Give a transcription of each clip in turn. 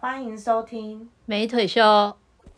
欢迎收听美腿秀。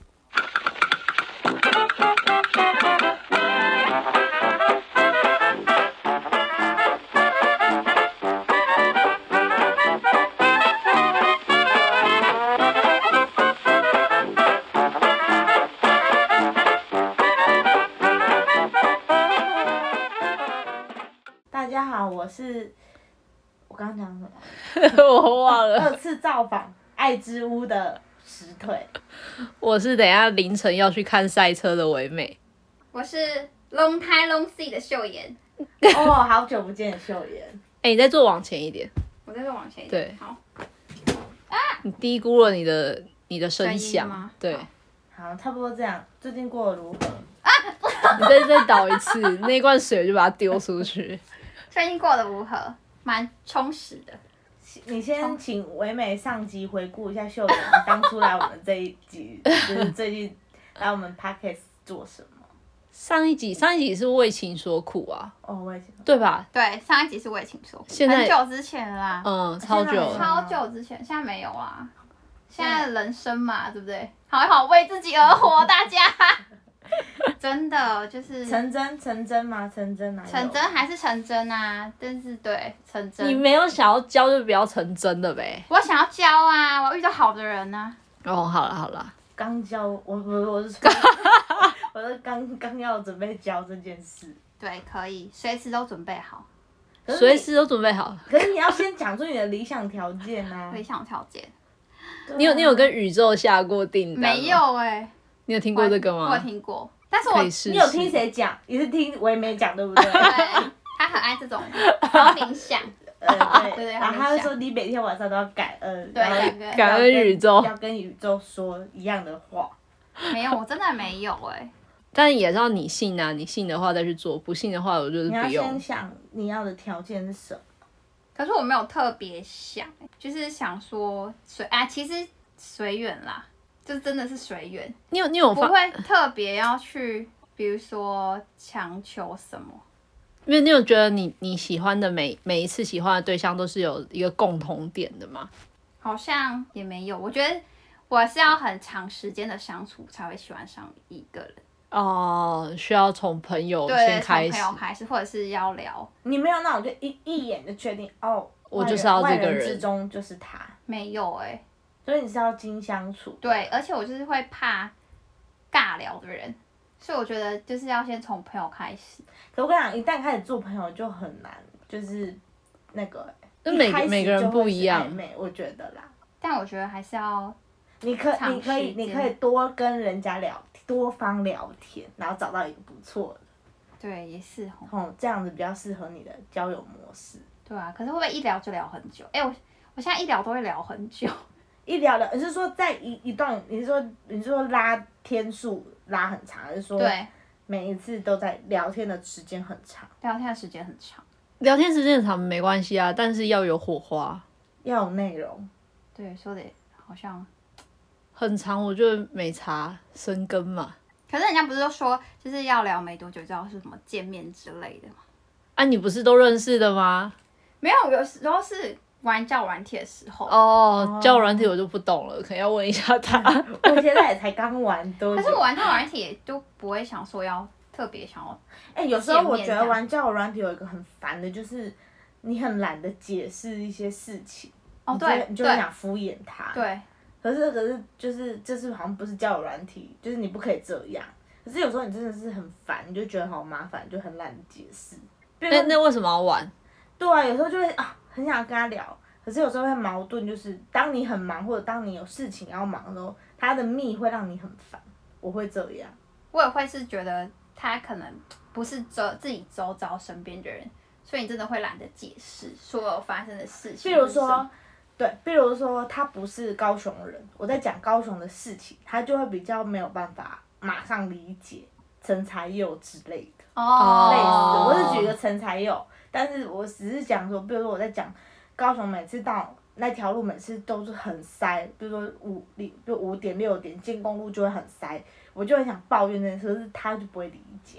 大家好，我刚刚讲什么？ 我忘了。 二次造访爱之屋的石腿。 我是等一下凌晨要去看赛车的唯美。 我是 long time long see 的秀妍。 哦，好久不见的秀妍。 你再坐往前一点。 我再往前一点。 对， 好。 你低估了你的声响吗？ 对。 好，差不多这样。最近过得如何？ 你再倒一次，那一罐水就把它丢出去。 最近过得如何？蛮充实的。 你先请唯美上集回顾一下秀妍当初来我们这一集，就是最近来我们 podcast 做什么？ 上一集是为情所苦啊。 哦，为情对吧？ 对，上一集是我也听说， 现在很久之前了啦。 超久了。 超久之前，现在没有啦。现在人生嘛，对不对？好好为自己而活，大家。真的就是成真吗？成真啊？ 成真还是成真啊？但是对成真， 你没有想要交就不要成真的呗。 我想要交啊，我要遇到好的人啊。 哦，好了。 刚交，我是说，我是刚要准备交这件事。 对，可以，随时都准备好。 随时都准备好。 可是你要先讲出你的理想条件啊！ 理想条件。 你有跟宇宙下过订单吗？ 没有你有听过这个吗？ 我有听过，但是你有听谁讲？也是听唯美讲，对不对？ 对，他很爱这种好冥想。 对，然后他就说你每天晚上都要感恩， 对， 感恩宇宙， 要跟宇宙说一样的话。 没有，我真的没有但也是要你信啊，你信的话再去做，不信的话我就是不用。 你要先想你要的条件是什么。 可是我没有特别想，就是想说其实随缘啦，就真的是随缘。 你有不会特别要去，比如说强求什么。 因为你有觉得你喜欢的每一次喜欢的对象都是有一个共同点的吗？ 好像也没有，我觉得我是要很长时间的相处才会喜欢上一个人。 哦，需要从朋友先开始， 从朋友开始，或者是要聊。 你没有那种就一眼就确定哦， 我就是要这个人， 万人之中就是他。 没有所以你是要精相处。 对，而且我就是会怕尬聊的人，所以我觉得就是要先从朋友开始。 可我跟你讲，一旦开始做朋友就很难，就是那个， 每个人不一样， 我觉得啦。 但我觉得还是要， 你可以多跟人家多方聊天，然后找到一个不错的。 对，也是这样子比较适合你的交友模式。 对啊，可是会不会一聊就聊很久？我现在一聊都会聊很久。 一聊，你是说在一段，你是说拉天数拉很长，还是说对每一次都在聊天的时间很长？ 聊天的时间很长。 聊天时间很长没关系啊，但是要有火花， 要有内容。 对，说的好像很长，我觉得没差，生根嘛。 可是人家不是都说，就是要聊没多久就要是什么见面之类的吗？ 啊，你不是都认识的吗？ 没有，有时候是玩交友软体的时候。 交友软体我就不懂了，可能要问一下他。 我现在也才刚玩多久。 可是我玩交友软体也都不会想说要特别想要。 有时候我觉得玩交友软体有一个很烦的，就是你很懒得解释一些事情。 对， 你就很想敷衍他。 对。 可是就是这是好像不是交友软体，就是你不可以这样。可是有时候你真的是很烦，你就觉得好麻烦，就很懒得解释。 那为什么要玩？ 对啊，有时候就会很想跟他聊，可是有时候会矛盾，就是当你很忙或者当你有事情要忙的时候，他的密会让你很烦。我会这样。 我也会是觉得他可能不是自己周遭身边的人，所以你真的会懒得解释所有发生的事情。 比如说他不是高雄人，我在讲高雄的事情，他就会比较没有办法马上理解陈才佑之类的。类似，我是举一个陈才佑，但是我只是讲说，比如说我在讲高雄，每次到那条路每次都是很塞，比如说5点6点进公路就会很塞，我就很想抱怨这件事，可是他就不会理解。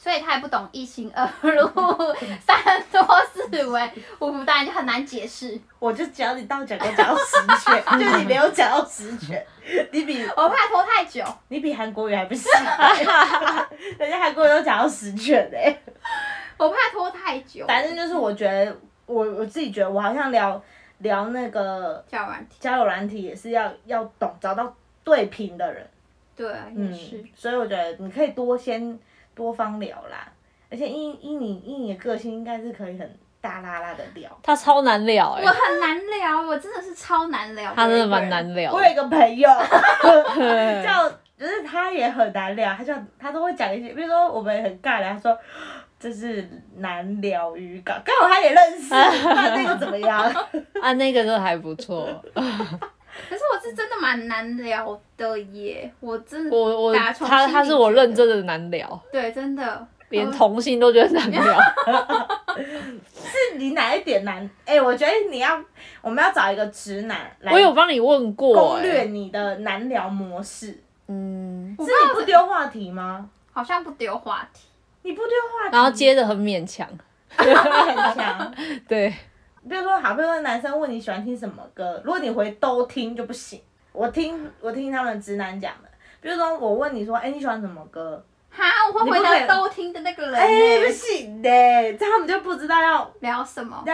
所以他也不懂一心二路、三多四维、五福大人就很难解释。 我就教你讲到十圈，就你没有讲到十圈， 我怕拖太久。 你比韩国语还不行，人家韩国语都讲到10圈嘞。 我怕拖太久。 反正就是我觉得我自己觉得我好像聊那个交友软体也是要懂找到对频的人。 对，也是。 所以我觉得你可以多方聊啦，而且依你的个性应该是可以很大拉拉的聊。 他超难聊我很难聊，我真的是超难聊。 他真的蛮难聊。 我有一个朋友就是他也很难聊，他都会讲一些，比如说我们很尬聊，他说这是难聊渔港，刚好他也认识，那个怎么样？ 啊，那个都还不错。 可是我是真的蛮难聊的耶，我真的他是我认真的难聊。 对，真的。 连同性都觉得难聊。 是你哪一点难？我觉得我们要找一个直男来。 我有帮你问过。 攻略你的难聊模式。是你不丢话题吗？ 好像不丢话题。 你不丢话题。 然后接着很勉强。 很强。 对。 比如说男生问你喜欢听什么歌，如果你回都听就不行。我听他们直男讲的，比如说我问你说，你喜欢什么歌？ 哈，我会回答都听的那个人。 不行的，这样他们就不知道要聊什么。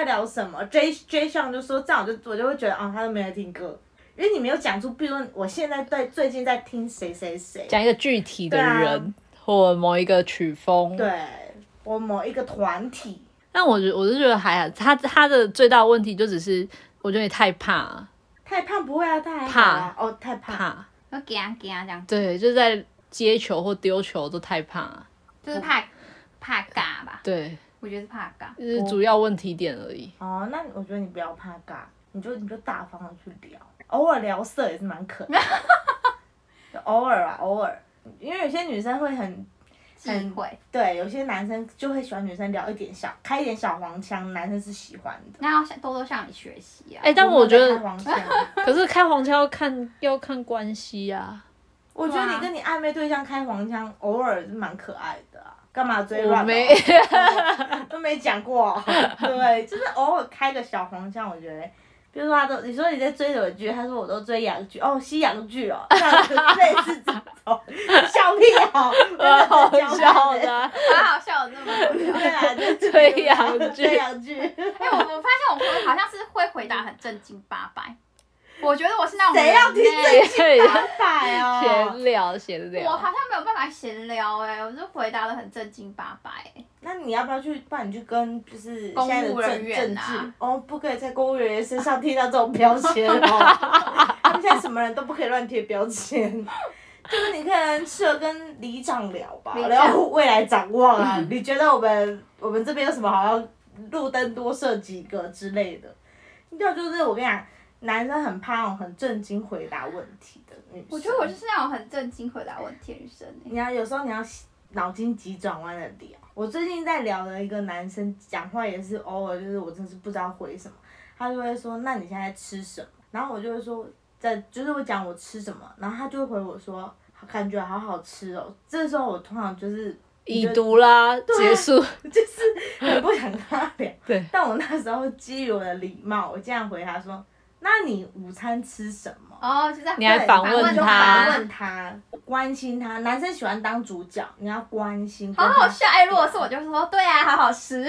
J 项就说这样我就会觉得他都没在听歌，因为你没有讲出，比如说我现在最近在听谁， 讲一个具体的人，或某一个曲风， 对，或某一个团体。 但我是觉得还好，他的最大的问题就只是，我觉得你太怕。 太胖不会啊，他还好啊。太怕。 要惊这样。 对，就是在接球或丢球都太怕。 就是怕尬吧。 对。 我觉得是怕尬。 就是主要问题点而已。 那我觉得你不要怕尬，你就大方的去聊，偶尔聊色也是蛮可爱的。偶尔，因为有些女生会很忌讳。 对，有些男生就会喜欢女生开一点小黄腔，男生是喜欢的。 那要多向你学习啊。 但我觉得， 可是开黄腔要看关系啊。 我觉得你跟你暧昧对象开黄腔，偶尔是蛮可爱的啊。干嘛追乱？都没讲过。对，就是偶尔开个小黄腔，我觉得。比如说你说你在追什么剧，他说我都追洋剧，西洋剧这样子类似这种，笑屁蛮好笑的， 蛮好笑的，这么好笑。 对啊，就追洋剧。 我发现我朋友好像是会回答很正经八百，我觉得我是那种谁要听正经八百哦？ 闲聊。 我好像没有办法闲聊我就回答的很正经八百。 那你要不要不然你去跟就是公现在的务人员啊？不可以在公务人员身上贴到这种标签他们现在什么人都不可以乱贴标签。就是你可能适合跟里长聊吧，聊未来展望啊。你觉得我们这边有什么好要路灯多设几个之类的？要就是我跟你讲，男生很怕那种很正经回答问题的女生。 我觉得我就是那种很正经回答问题的女生。 有时候你要脑筋急转弯的聊。我最近在聊的一个男生讲话也是偶尔就是我真是不知道回什么，他就会说那你现在吃什么？然后我就会说就是我讲我吃什么，然后他就会回我说感觉好好吃哦。这时候我通常就是已读啦，结束， 就是很不想跟他聊。 对。 但我那时候基于我的礼貌，我这样回他说：“那你午餐吃什么？” 就在你还反问他，关心他。男生喜欢当主角，你要关心。 好好笑如果是我就说对啊，好好吃。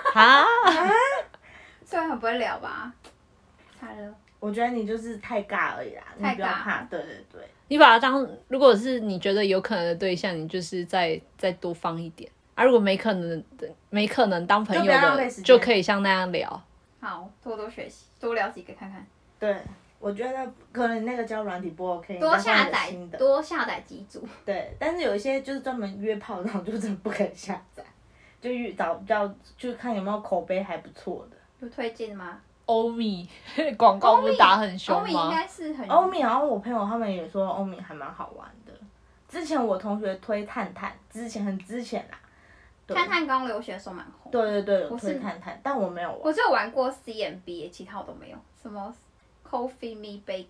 所以很不会聊吧？惨了。 我觉得你就是太尬而已啦，你不要怕。对。 你把它当，如果是你觉得有可能的对象，你就是再多放一点。如果没可能当朋友的，就可以像那样聊。 好，多学习，多聊几个看看。 对，我觉得可能那个交友软体不 OK， 多下载几组。 对，但是有一些就是专门约炮那种，就真的不可以下载，就找比较就看有没有口碑还不错的。 有推荐吗？ 欧米广告不是打很凶吗？ 欧米应该是很。 欧米好像我朋友他们也说欧米还蛮好玩的。之前我同学推探探，很之前啦。 探探刚流行的时候蛮红。 对，有推探探，但我没有玩。 我只有玩过 CMB， 其他我都没有。什么 Coffee Me Bagel，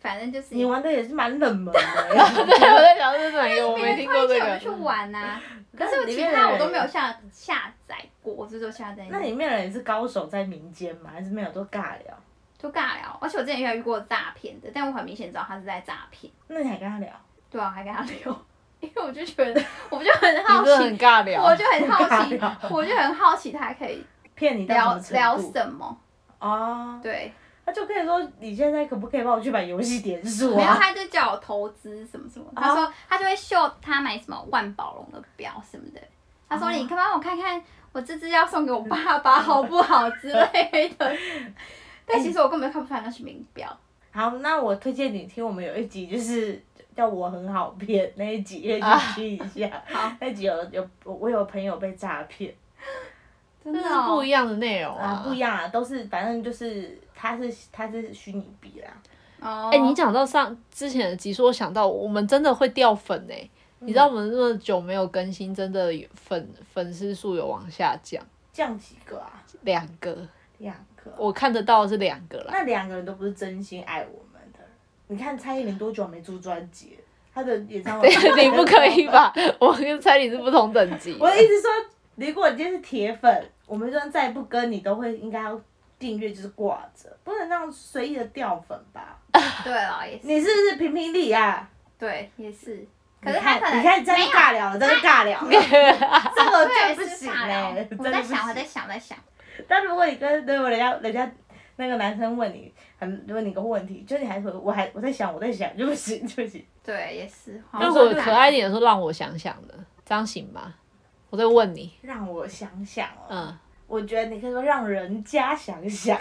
反正就是你玩的也是蛮冷门的。 对，我在想是哪个，我没听过这个。 我就去玩啊，可是其他我都没有下载过，我只有下载。 那里面的人也是高手在民间吗？还是没有都尬聊？ 就尬聊，而且我之前也有遇过诈骗的，但我很明显知道他是在诈骗。 那你还跟他聊？ 对啊，还跟他聊，因为我就觉得，我就很好奇， 很尬聊， 我就很好奇，他可以骗你聊什么？ 哦， 对， 他就可以说你现在可不可以帮我去买游戏点数啊？ 没有，他就叫我投资什么什么，他说他就会秀他买什么万宝龙的表什么的，他说你可帮我看看我这支要送给我爸爸好不好之类的。但其实我根本看不出来那是名表。 好，那我推荐你听我们有一集就是叫我很好骗那一集，可以去听一下。 好， 那集我有朋友被诈骗， 真的是不一样的内容啊，不一样啊，都是反正就是他是虚拟币啦。 哦。 你讲到之前的集数，我想到我们真的会掉粉欸。你知道我们那么久没有更新，真的粉丝数有往下降。 降几个啊 ？2个。 2个。 我看得到的是2个啦。 那2个人都不是真心爱我们的。你看蔡依林多久没出专辑了？她的演唱会。 你不可以吧？我跟蔡依林是不同等级。 我的意思说，如果你今天是铁粉，我们就算再不跟你，都会应该要订阅，就是挂着，不能这样随意的掉粉吧？ 对了，也是。 你是不是评评理啊？ 对，也是。 可是他可能你看，真的尬聊了，真的尬聊了，这个就不行嘞。 我在想。 但如果你跟人家那个男生问你个问题，就你还说我在想就不行。 对，也是。 如果可爱一点的说让我想想的，这样行吗？我在问你。 让我想想哦。我觉得你可以说让人家想想。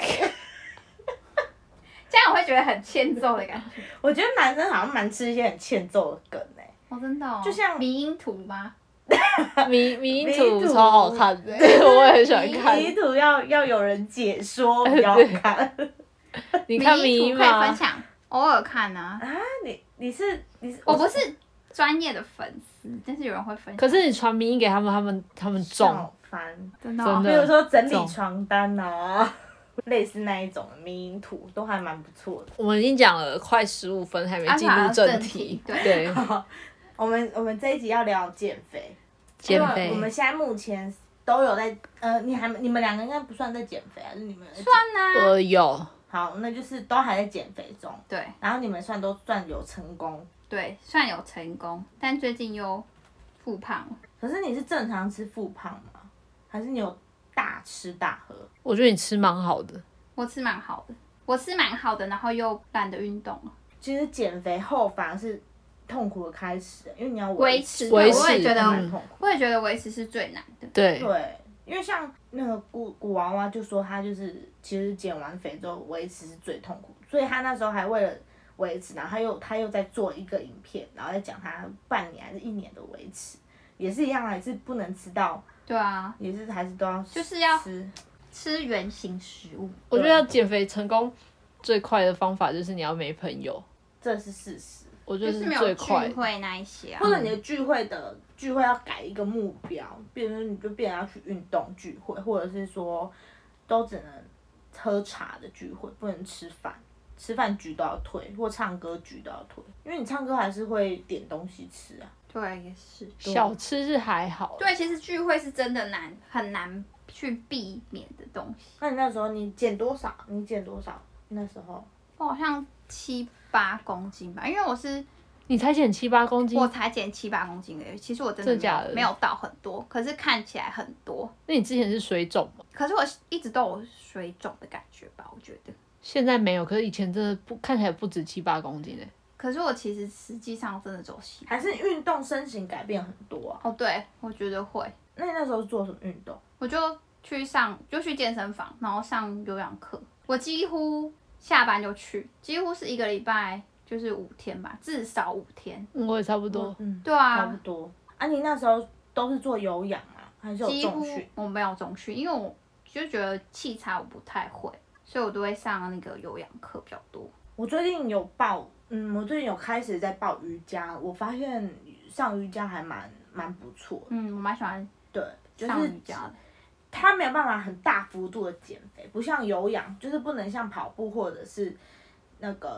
这样我会觉得很欠揍的感觉。 我觉得男生好像蛮吃一些很欠揍的梗欸。 哦，真的哦。 就像迷因图吗？ 迷因图超好看的，我也很喜欢看。 迷因图要有人解说比较好看。 你看迷因可以分享，偶尔看啊。 啊，你是我不是专业的粉丝，但是有人会分享。 可是你传迷因给他们中。 真的。 比如说整理床单啊。类似那一种的迷因图都还蛮不错的。 我们已经讲了快15分，还没进入正题。对。 我们这一集要聊减肥。 减肥。 我们现在目前都有在你们2个应该不算在减肥，还是你们？ 算啊。 我有。 好，那就是都还在减肥中。 对。 然后你们都算有成功。 对，算有成功，但最近又复胖了。 可是你是正常吃复胖吗？还是你有大吃大喝？ 我觉得你吃蛮好的。 我吃蛮好的，然后又懒得运动了。 其实减肥后反而是痛苦的开始，因为你要维持。 我也觉得蛮痛苦。 我也觉得维持是最难的。 对， 因为像那个古娃娃就说他就是其实减完肥之后维持是最痛苦，所以他那时候还为了维持，然后他又在做一个影片，然后在讲他半年还是1年的维持，也是一样，还是不能吃到。 对啊。 也是还是都要就是要吃原型食物。 我觉得要减肥成功最快的方法就是你要没朋友， 这是事实。 我觉得是最快。 聚会那一些， 或者你的聚会要改一个目标，比如说你就变成要去运动聚会，或者是说都只能喝茶的聚会，不能吃饭，吃饭局都要退，或唱歌局都要退，因为你唱歌还是会点东西吃啊。 对，也是。 小吃是还好。 对，其实聚会是真的很难去避免的东西。 那你那时候你减多少？那时候我好像7-8公斤吧，因为你才减7-8公斤？ 我才减7-8公斤而已。其实我真的没有到很多，可是看起来很多。 那你之前是水肿吗？ 可是我一直都有水肿的感觉吧，我觉得。 现在没有，可是以前真的看起来不止7-8公斤。 可是我其实实际上真的走形， 还是运动身形改变很多啊。 哦，对，我觉得会。 那你那时候做什么运动？ 我就去健身房，然后上有氧课。我几乎下班就去，几乎是1个礼拜就是5天吧，至少5天。 我也差不多。 对啊， 差不多。啊，你那时候都是做有氧吗？还是有重训？ 我没有重训，因为我就觉得器材我不太会，所以我都会上那个有氧课比较多。 我最近有开始在报瑜伽，我发现上瑜伽还蛮不错的。 我蛮喜欢上瑜伽的。 它没有办法很大幅度的减肥，不像有氧，就是不能像跑步或者是那个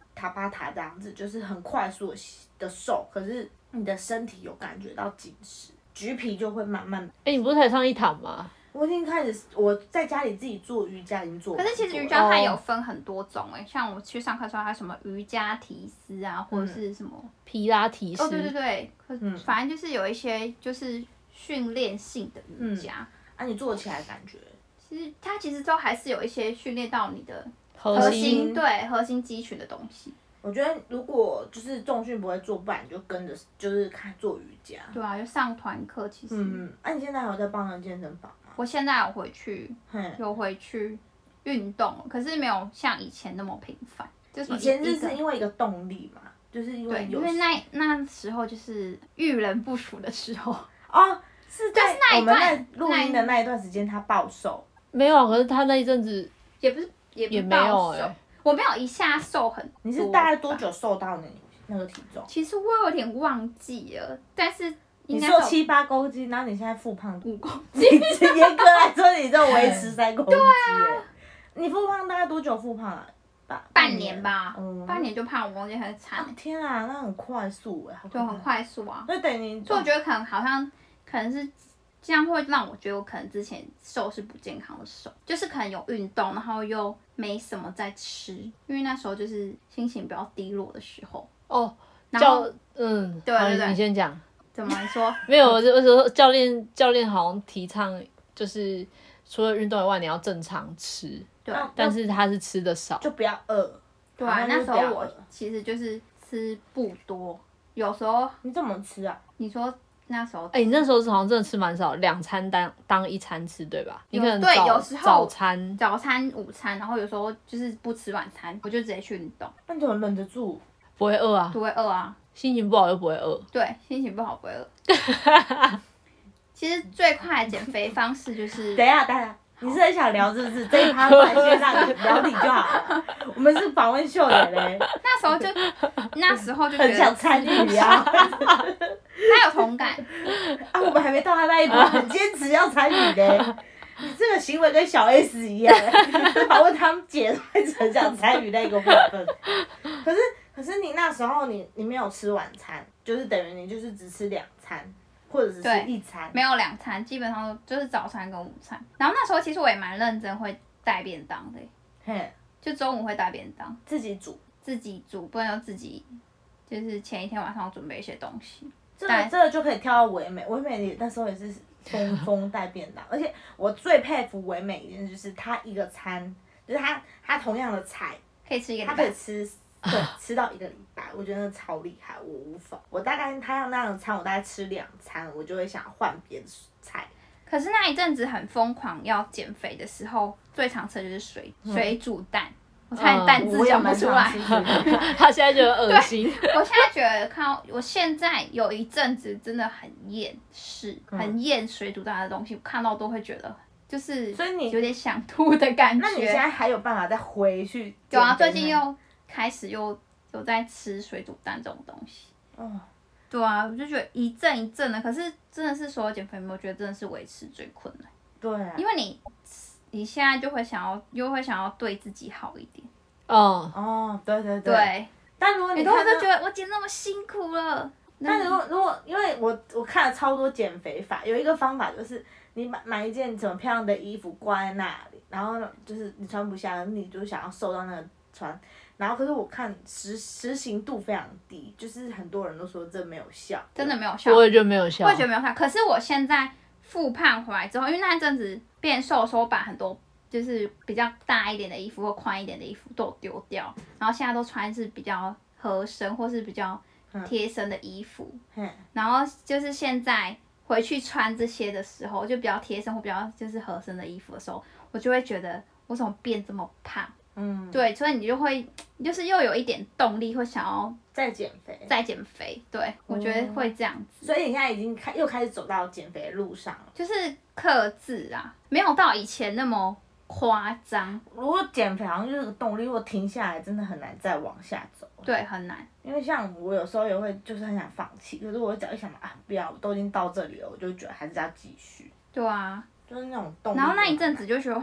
塔巴塔这样子，就是很快速的瘦，可是你的身体有感觉到紧实，橘皮就会慢慢。 你不是才上一堂吗？ 我已经开始，我在家里自己做瑜伽已经做。 可是其实瑜伽它有分很多种像我去上课的时候，还有什么瑜伽提斯啊，或者是什么皮拉提斯。 对对对，反正就是有一些就是训练性的瑜伽。 你做起来感觉？ 它其实都还是有一些训练到你的核心， 对核心肌群的东西。 我觉得如果就是重训不会做，不然你就跟着就是做瑜伽。 对啊，就上团课其实。 你现在还有在帮人健身房吗？ 我现在有回去运动，可是没有像以前那么频繁。 以前就是因为一个动力嘛，就是因为因为那时候就是遇人不淑的时候。 是在我们在录音的那一段时间，他暴瘦。 没有，可是他那一阵子也不是暴瘦。我没有一下瘦很多。 你是大概多久瘦到那个体重？ 其实我有点忘记了，但是你瘦7、8公斤，然后你现在复胖5公斤，严格来说你就维持3公斤。对啊。你复胖大概多久复胖啊？ 半年吧，半年就胖5公斤，很惨。 天啊，那很快速哎。 就很快速啊。 那等于所以我觉得可能是这样会让我觉得我可能之前瘦是不健康的瘦，就是可能有运动，然后又没什么在吃，因为那时候就是心情比较低落的时候。 然后对，你先讲。 怎么说？ 没有，我说教练好像提倡就是除了运动以外，你要正常吃。 对。 但是他是吃的少， 就不要饿。 对啊，那时候我其实就是吃不多，有时候。 你怎么吃啊？ 你说。那时候， 你那时候好像真的吃蛮少，2餐当1餐吃，对吧？你可能对，有时候早餐、 午餐，然后有时候就是不吃晚餐，我就直接去运动。 那你怎么忍得住？ 不会饿啊？ 不会饿啊。 心情不好就不会饿。 对，心情不好不会饿。其实最快的减肥方式就是…… 等一下。你是很想聊是不是？这一趴完先让你聊你就好了。我们是访问秀妍嘞。 那时候就觉得很想参与啊。 他有同感。 我们还没到他那一步，很坚持要参与嘞。你这个行为跟小 S 一样，访问他们姐会很想参与那个部分。可是你那时候你没有吃晚餐，就是等于你就是只吃2餐。或者是1餐， 没有2餐，基本上就是早餐跟午餐。然后那时候其实我也蛮认真，会带便当的。就中午会带便当， 自己煮， 不然就自己就是前一天晚上准备一些东西。 这个就可以跳到唯美，唯美那时候也是疯带便当，而且我最佩服唯美一件事就是她一个餐，就是她同样的菜可以吃1个礼拜， 她可以吃到1个礼拜，我觉得超厉害，我无法。我大概他要那样的餐，我大概吃2餐，我就会想换别的菜。 可是那一阵子很疯狂要减肥的时候，最常吃的就是水煮蛋，我差点蛋字讲不出来。 他现在觉得恶心。 我现在觉得我现在有一阵子真的很厌很厌水煮蛋的东西，看到都会觉得就是所以你有点想吐的感觉。 那你现在还有办法再回去？ 有啊，最近又开始有在吃水煮蛋这种东西。对啊，我就觉得一阵一阵的，可是真的是所有减肥我觉得真的是维持最困难。 对啊。因为你现在就会想要对自己好一点。 对。 对。 但如果你都会觉得我减那么辛苦了。 但如果因为我看了超多减肥法，有一个方法就是你买一件什么漂亮的衣服挂在那里，然后就是你穿不下，你就想要瘦到那个穿。然后可是我看实行度非常低，就是很多人都说这没有效， 真的没有效。 我也觉得没有效。 我也觉得没有效。可是我现在复胖回来之后，因为那阵子变瘦的时候，把很多就是比较大一点的衣服或宽一点的衣服都丢掉，然后现在都穿是比较合身或是比较贴身的衣服。然后就是现在回去穿这些的时候，就比较贴身或比较就是合身的衣服的时候，我就会觉得我怎么变这么胖。对，所以你就是又有一点动力，会想要再减肥。对， 我觉得会这样子。 所以你现在已经又开始走到减肥的路上了。 就是克制啊，没有到以前那么夸张。 如果减肥好像就是个动力，如果停下来真的很难再往下走。 对，很难。 因为像我有时候也会就是很想放弃，可是我只要一想不要，我都已经到这里了，我就觉得还是要继续。 对啊。 就是那种动力。 然后那一阵子就觉得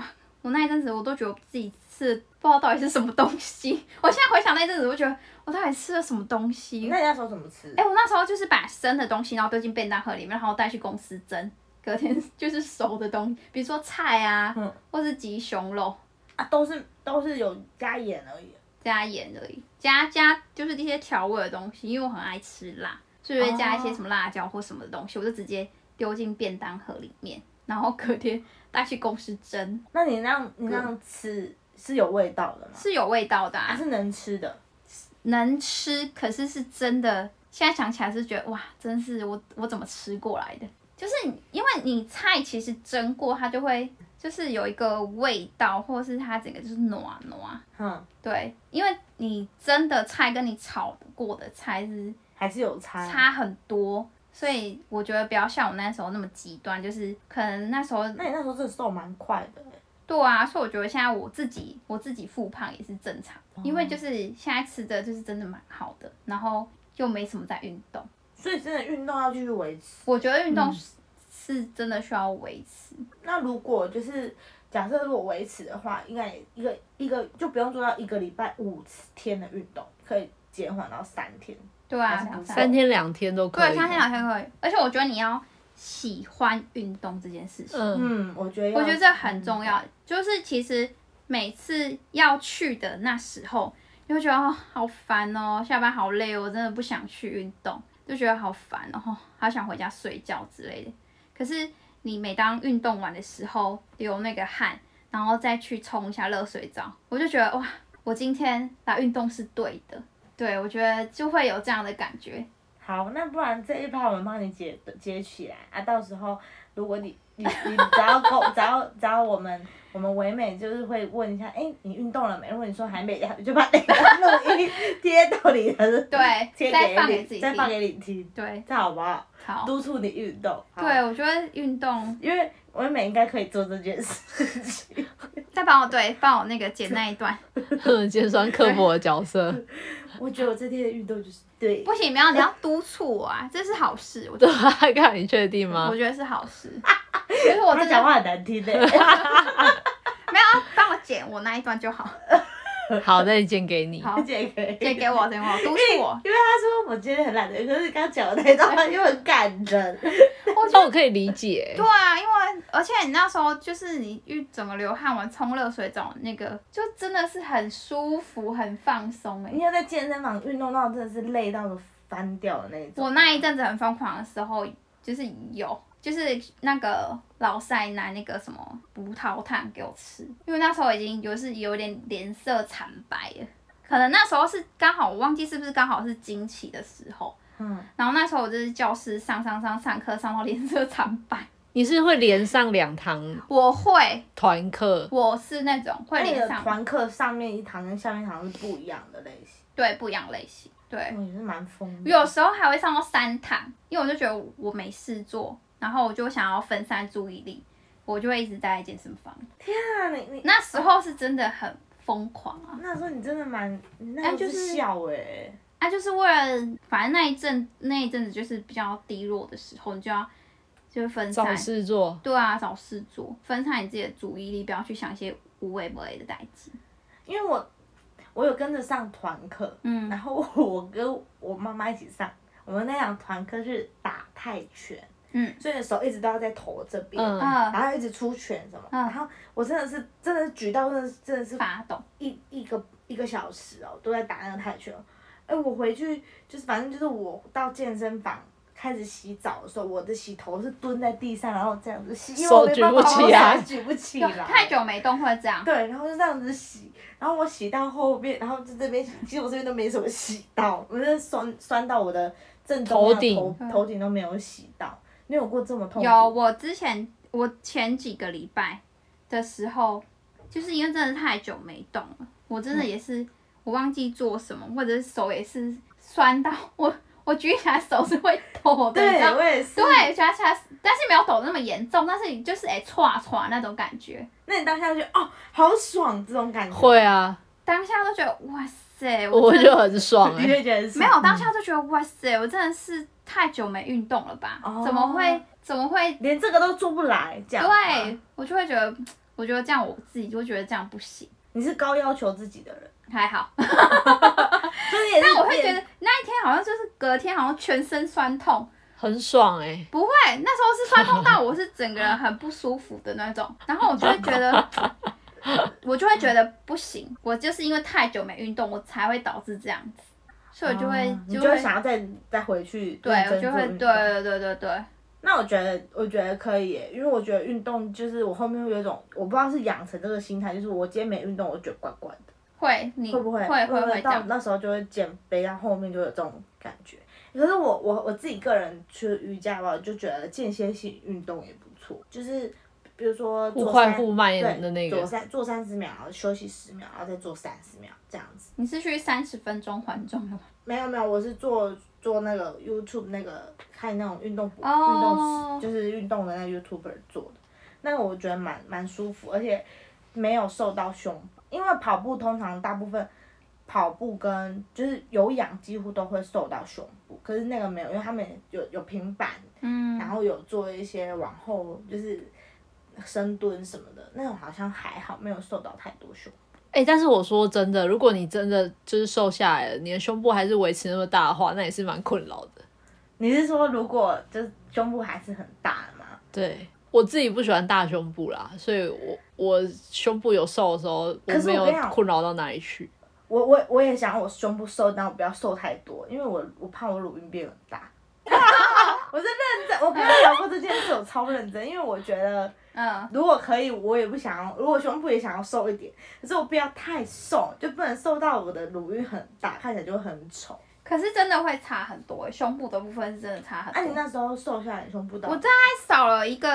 我那一阵子我都觉得我自己吃的不知道到底是什么东西。我现在回想那一阵子，我觉得我到底吃了什么东西？ 那你那时候怎么吃？ 我那时候就是把生的东西，然后丢进便当盒里面，然后带去公司蒸，隔天就是熟的东西，比如说菜啊，或是鸡胸肉啊，都是有加盐而已。 加盐而已，加就是一些调味的东西，因为我很爱吃辣，所以会加一些什么辣椒或什么的东西，我就直接丢进便当盒里面，然后隔天带去公司蒸。 那你那样吃是有味道的吗？ 是有味道的啊， 是能吃的。 能吃，可是是真的，现在想起来是觉得哇，真是我怎么吃过来的？就是因为你菜其实蒸过，它就会就是有一个味道，或者是它整个就是暖。对，因为你蒸的菜跟你炒过的菜还是有差很多，所以我觉得不要像我那时候那么极端，就是可能那时候。 那你那时候真的瘦蛮快的。 对啊，所以我觉得现在我自己复胖也是正常的，因为就是现在吃的就是真的蛮好的，然后又没什么在运动， 所以真的运动要继续维持。 我觉得运动是真的需要维持。 那如果就是假设如果维持的话，应该一个就不用做到1个礼拜5天的运动，可以减缓到3天。 对啊 ，3天2天都可以。 对，3天2天可以，而且我觉得你要喜欢运动这件事情。 我觉得这很重要。就是其实每次要去的那时候，你会觉得好烦哦，下班好累哦，我真的不想去运动，就觉得好烦，然后好想回家睡觉之类的。可是你每当运动完的时候流那个汗，然后再去冲一下热水澡，我就觉得哇，我今天来运动是对的。对，我觉得就会有这样的感觉。 好，那不然这一趴我们帮你接起来啊，到时候如果你只要我们唯美就是会问一下，你运动了没？如果你说还没，就把那个录音贴到你的， 对，再放给自己听， 再放给你听， 对， 这样好不好？ 好， 督促你运动。 对，我觉得运动， 因为唯美应该可以做这件事情。 再帮我那个剪那一段， 尖酸刻薄的角色。 我觉得我这天的运动就是对。 不行，你要督促我啊，这是好事。我觉得。 看你确定吗？ 我觉得是好事。就是我真的。 他讲话很难听的。没有，帮我剪我那一段就好。 好，那你剪给你。 好，剪给我，督促我。 因为他说我今天很懒得，可是刚讲的那段又很感人。 我可以理解。 对啊，因为而且你那时候就是你整个流汗完冲热水澡那个，就真的是很舒服、很放松你有在健身房运动到真的是累到翻掉的那种。 我那一阵子很疯狂的时候，就是就是那个老塞拿那个什么葡萄糖给我吃，因为那时候已经有点脸色惨白了，可能那时候是刚好我忘记是不是刚好是经期的时候，然后那时候我就是教室上课上到脸色惨白。 你是会连上2堂？ 我会团课。 我是那种会连上团课，上面一堂跟下面一堂是不一样的类型。 对，不一样类型。对， 也是蛮疯的。 有时候还会上到3堂，因为我就觉得我没事做。然后我就想要分散注意力，我就会一直待在健身房。 天啊，你那时候是真的很疯狂啊！ 那时候你真的那就是笑就是为了反正那一阵子就是比较低落的时候，你就是分散找事做。 对啊，找事做，分散你自己的注意力，不要去想一些无谓不谓的代志。 因为我有跟着上团课，然后我跟我妈妈一起上，我们那堂团课是打泰拳。所以你的手一直都要在头这边，然后一直出拳什么，然后我真的举到真的是发抖一个小时哦，都在打那个泰拳。我回去就是反正就是我到健身房开始洗澡的时候，我的洗头是蹲在地上，然后这样子洗，因为我没办法举不起来， 太久没动会这样。 对，然后就这样子洗，然后我洗到后边，然后就这边其实我这边都没什么洗到，我是酸到我的正中央头顶都没有洗到。你有过这么痛苦？ 有，我前几个礼拜的时候，就是因为真的太久没动了，我真的也是我忘记做什么，或者是手也是酸到我举起来手是会抖的， 对，我也是。 对，举起来，但是没有抖那么严重，但是你就是歘那种感觉。 那你当下就觉得好爽这种感觉？ 会啊， 当下都觉得哇塞， 我觉得很爽你会觉得没有，当下就觉得哇塞，我真的是太久没运动了吧？怎么会连这个都做不来？这样对，我就会觉得我觉得这样我自己就觉得这样不行。 你是高要求自己的人？ 还好。 但我会觉得那一天好像就是隔天好像全身酸痛。 很爽不会，那时候是酸痛到我是整个人很不舒服的那种，然后我就会觉得不行，我就是因为太久没运动，我才会导致这样子，所以我就会想要再回去对，我就会对。 那我觉得可以耶，因为我觉得运动就是我后面会有一种我不知道是养成这个心态，就是我今天没运动，我觉得怪怪的。 会不会？ 会到那时候就会减肥，到后面就有这种感觉。可是我自己个人去瑜伽吧，就觉得间歇性运动也不错，就是比如说互换互慢的那个， 做30秒，然后休息10秒，然后再做30秒这样子。 你是去30分钟环中的吗？ 没有，我是做那个 YouTube 那个看那种运动就是运动的那个 YouTuber 做的，那个我觉得蛮舒服，而且没有受到胸部，因为跑步通常大部分跑步跟就是有氧几乎都会受到胸部，可是那个没有，因为他们有平板，然后有做一些往后就是深蹲什么的，那种好像还好，没有受到太多胸部。 但是我说真的，如果你真的就是瘦下来了，你的胸部还是维持那么大的话，那也是蛮困扰的。 你是说如果就是胸部还是很大的吗？ 对，我自己不喜欢大胸部啦，所以我胸部有瘦的时候，我没有困扰到哪里去。 我也想我胸部瘦，但我不要瘦太多，因为我怕我乳晕变很大。我是认真，我跟他聊过这件事，我超认真，因为我觉得，如果可以，我也不想要，如果胸部也想要瘦一点，可是我不要太瘦，就不能瘦到我的乳晕很大，看起来就会很丑。 可是真的会差很多，胸部的部分是真的差很多。 你那时候瘦下来胸部大？ 我大概少了一个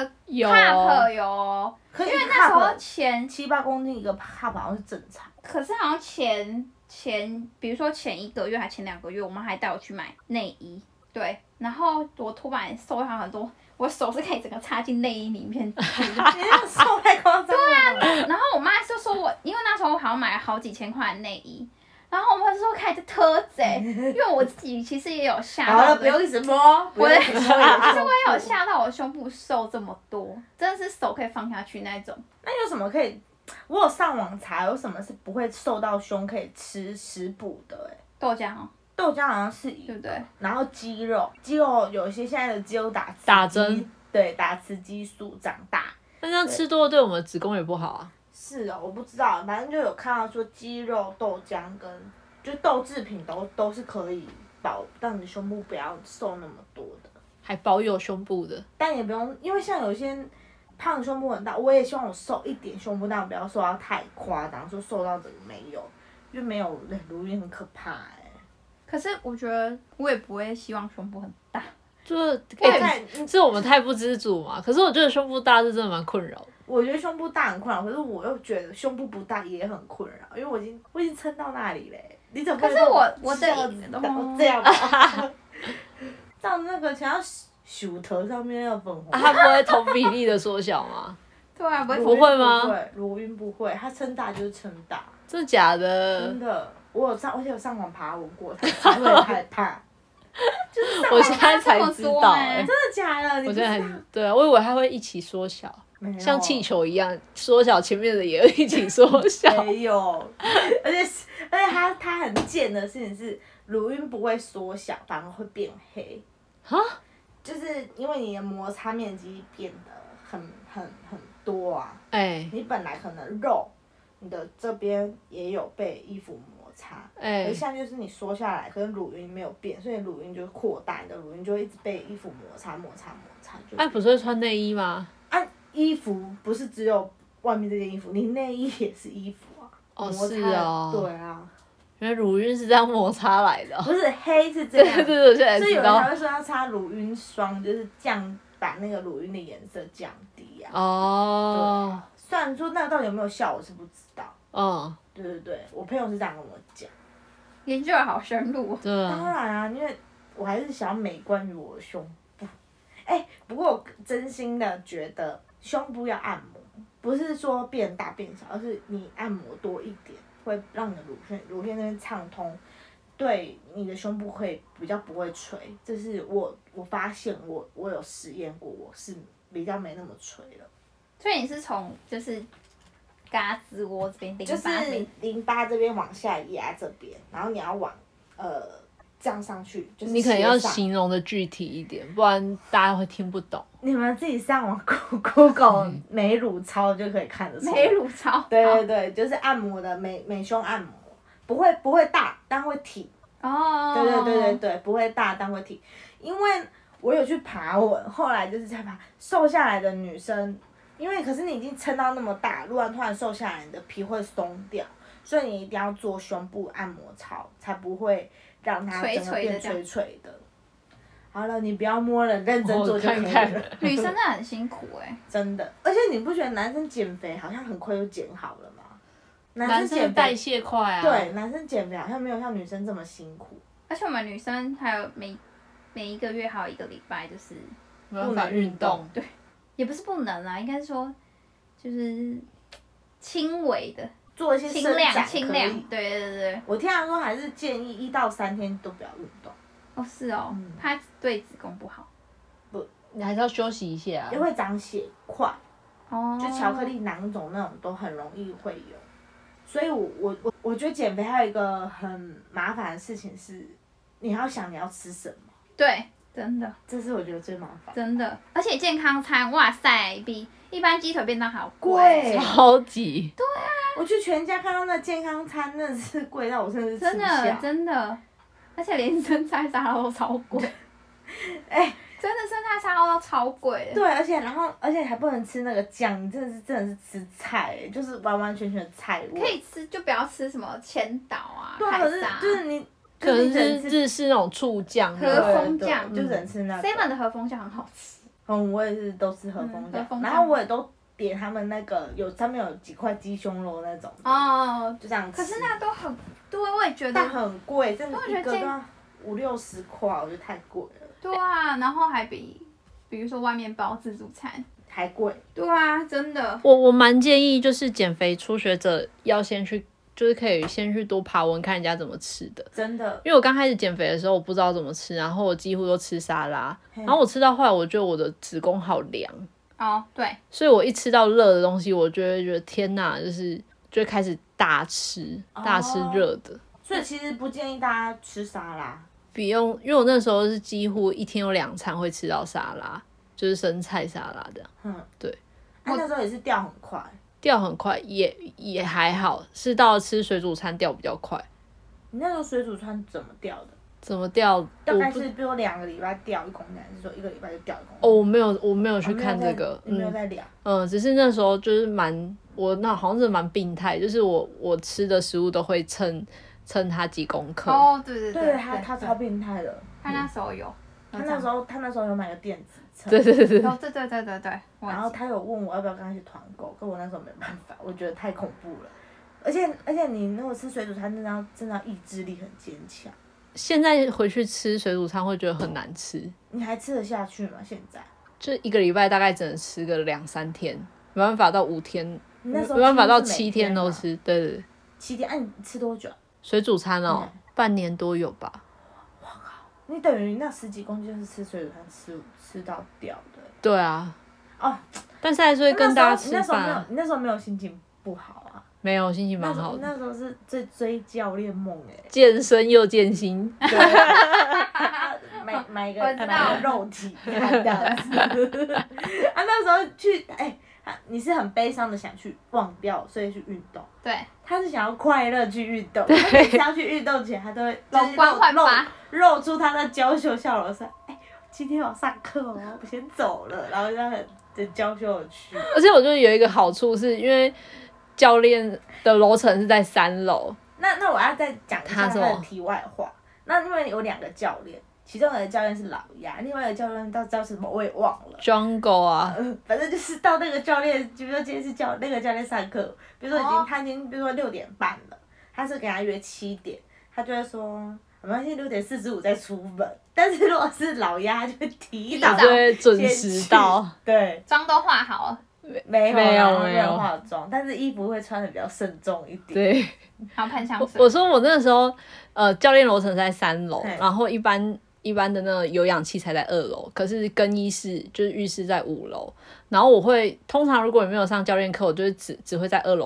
cup 有，因为那时候前 7-8公斤一个 cup 好像是正常。 可是好像前，比如说前1个月还前2个月，我妈还带我去买内衣，对，然后我突然瘦下很多，我手是可以整个插进内衣里面去。 你那瘦太夸张了。 对啊，然后我妈就说因为那时候我好像买了好几千块的内衣。然后我们说开始特贼，因为我自己其实也有吓到。 好了，不用一直摸。 其实我也有吓到我胸部瘦这么多，真的是手可以放下去那种。 那有什么可以？我有上网查，有什么是不会瘦到胸可以吃食补的？ 豆浆哦。 豆浆好像是对不对？ 然后肌肉有一些现在的肌肉打针， 对，打雌激素长大。 那这样吃多了对我们的子宫也不好啊。 是哦，我不知道，反正就有看到说鸡肉、豆浆跟就豆制品都是可以让你胸部不要瘦那么多的， 还保有胸部的。 但也不用，因为像有些胖胸部很大，我也希望我瘦一点胸部，但不要瘦到太夸张，说瘦到整个没有，因为没有乳晕很可怕可是我觉得我也不会希望胸部很大， 是我们太不知足嘛。可是我觉得胸部大是真的蛮困扰的。 我觉得胸部大很困扰，可是我又觉得胸部不大也很困扰，因为我已经撑到那里嘞。你怎么？ 可是我的这样吧，照那个想要手头上面那个粉红， 它不会同比例的缩小吗？ 对啊， 不会吗？ 不会，乳晕不会，它撑大就是撑大。 真的假的？ 真的，而且有上网爬文过，才会害怕。就是我现在才知道真的假的？ 我现在对啊，我以为它会一起缩小。像气球一样缩小，前面的也一起缩小。 没有，而且它很贱的事情是，乳晕不会缩小，反而会变黑。 哈？ 就是因为你的摩擦面积变得很多啊。你本来可能肉，你的这边也有被衣服摩擦。可是现在就是你缩下来，可是乳晕没有变，所以乳晕就扩大，你的乳晕就会一直被衣服摩擦。 不是会穿内衣吗？ 衣服不是只有外面这件衣服，你内衣也是衣服啊。 是哦。 对啊。 原来乳晕是这样摩擦来的。 不是黑是这样。 对，我现在知道。 所以有人才会说要擦乳晕霜，就是把那个乳晕的颜色降低啊。 哦。 虽然说那个到底有没有效，我是不知道。对，我朋友是这样跟我讲。 研究的好深入。 对啊。 当然啊，因为我还是想要美观于我的胸部。不过我真心的觉得。胸部要按摩，不是说变大变小，而是你按摩多一点，会让你的乳腺那边畅通，对你的胸部会比较不会垂。这是我发现我有实验过，我是比较没那么垂了。 所以你是从就是嘎吱窝这边， 就是淋巴这边往下压这边，然后你要往这样上去，就是你可能要形容的具体一点，不然大家会听不懂。 你们自己上网 Google 美乳操就可以看得出来。 美乳操。 对对对，就是按摩的美胸按摩，不会大，但会挺。 哦。 对对对对对，不会大，但会挺。因为我有去爬文，后来就是在爬瘦下来的女生，因为可是你已经撑到那么大，突然瘦下来，你的皮会松掉，所以你一定要做胸部按摩操，才不会让它整个变垂垂的。好了，你不要摸了，认真做就可以了。 女生真的很辛苦真的，而且你不觉得男生减肥好像很快就减好了吗？ 男生代谢快啊。 对，男生减肥好像没有像女生这么辛苦。 而且我们女生还有每一个月还有1个礼拜就是不能运动。 对，也不是不能啦，应该是说就是轻微的做一些伸展轻量。对对对。 我听他说还是建议1到3天都不要运动。 哦，是哦，怕对子宫不好。 不， 你还是要休息一下。 也会长血块。 哦。 就巧克力囊肿那种都很容易会有。所以我觉得减肥还有一个很麻烦的事情是，你要想你要吃什么。 对，真的。 这是我觉得最麻烦。 真的，而且健康餐，哇塞，比一般鸡腿便当还要贵。 超级。 对啊。 我去全家看到那健康餐，真的是贵到我真的是吃不下。 真的。而且连生菜沙拉都超贵，真的生菜沙拉都超贵的。 对，而且还不能吃那个酱，你真的是吃菜，就是完完全全的菜味。 可以吃就不要吃什么千岛啊， 对，可是就是你， 可能是日式那种醋酱、 和风酱， 就只能吃那个。 7-Eleven 的和风酱很好吃。 我也是都吃和风酱，然后我也都点他们那个上面有几块鸡胸肉那种。 哦。 就这样吃。 可是那都很。对，我也觉得。 但很贵，真的一个都要50-60块，我觉得太贵了。 对啊，然后还比如说外面包自助餐还贵。 对啊，真的。 我蛮建议就是减肥初学者要先去，就是可以先去多爬文看人家怎么吃的。 真的。 因为我刚开始减肥的时候我不知道怎么吃，然后我几乎都吃沙拉，然后我吃到后来我觉得我的子宫好凉。 哦，对。 所以我一吃到热的东西，我就会觉得天哪，就会开始大吃热的。 所以其实不建议大家吃沙拉。 不用，因为我那时候是几乎一天有2餐会吃到沙拉，就是生菜沙拉的。对。 那时候也是掉很快。 掉很快也还好，是到吃水煮餐掉比较快。 你那时候水煮餐怎么掉的？ 怎么掉？ 大概是比如2个礼拜掉1公斤，还是说1个礼拜就掉1公斤？ 我没有去看这个。 你没有在量。 只是那时候就是我那好像是蛮病态，就是我吃的食物都会称它几公克。 哦，对对对。 他超病态的。 他那时候有。 他那时候有买个电子秤。 对。 哦，对。 然后他有问我要不要跟他去团购，可我那时候没办法，我觉得太恐怖了。而且你如果吃水煮餐，真的要意志力很坚强。 现在回去吃水煮餐会觉得很难吃。 你还吃得下去吗？现在？ 就1个礼拜大概只能吃个2-3天，没办法到5天， 没办法到7天都吃。对。 7天？你吃多久？ 水煮餐哦，半年多有吧。 我靠，你等于那10几公斤就是吃水煮餐吃到掉的。 对啊。 哦。 但是还是会跟大家吃饭。 你那时候没有心情不好啊？ 没有，心情蛮好的。 那时候是在追教练梦健身又健心。 对。买一个肉体这样子。那时候去你是很悲伤的想去忘掉，所以去运动。 对。 他是想要快乐去运动，他每次要去运动前，他都会露出他的娇羞笑容说：“今天我上课哦，我先走了。”然后就很娇羞的去。 而且我觉得有一个好处是因为教练的楼层是在3楼。 那我要再讲一下他的题外话。那因为有2个教练。其中有的教练是老鸭，另外一个教练到底叫什么我也忘了。 Jungle 啊。 反正就是到那个教练，比如说今天是那个教练上课，比如说他已经比如说6点半了，他是给他约7点，他就会说没关系，6点45再出门。但是如果是老鸭，他就会提早就会准时到。 对。 妆都化好了。 没有化妆，但是衣服会穿的比较慎重一点。 对。 然后喷香水。 我说我那时候教练楼层在3楼，然后一般的那个有氧器材在2楼，可是更衣室就是浴室在5楼。然后我会通常如果你没有上教练课，我就只会在2楼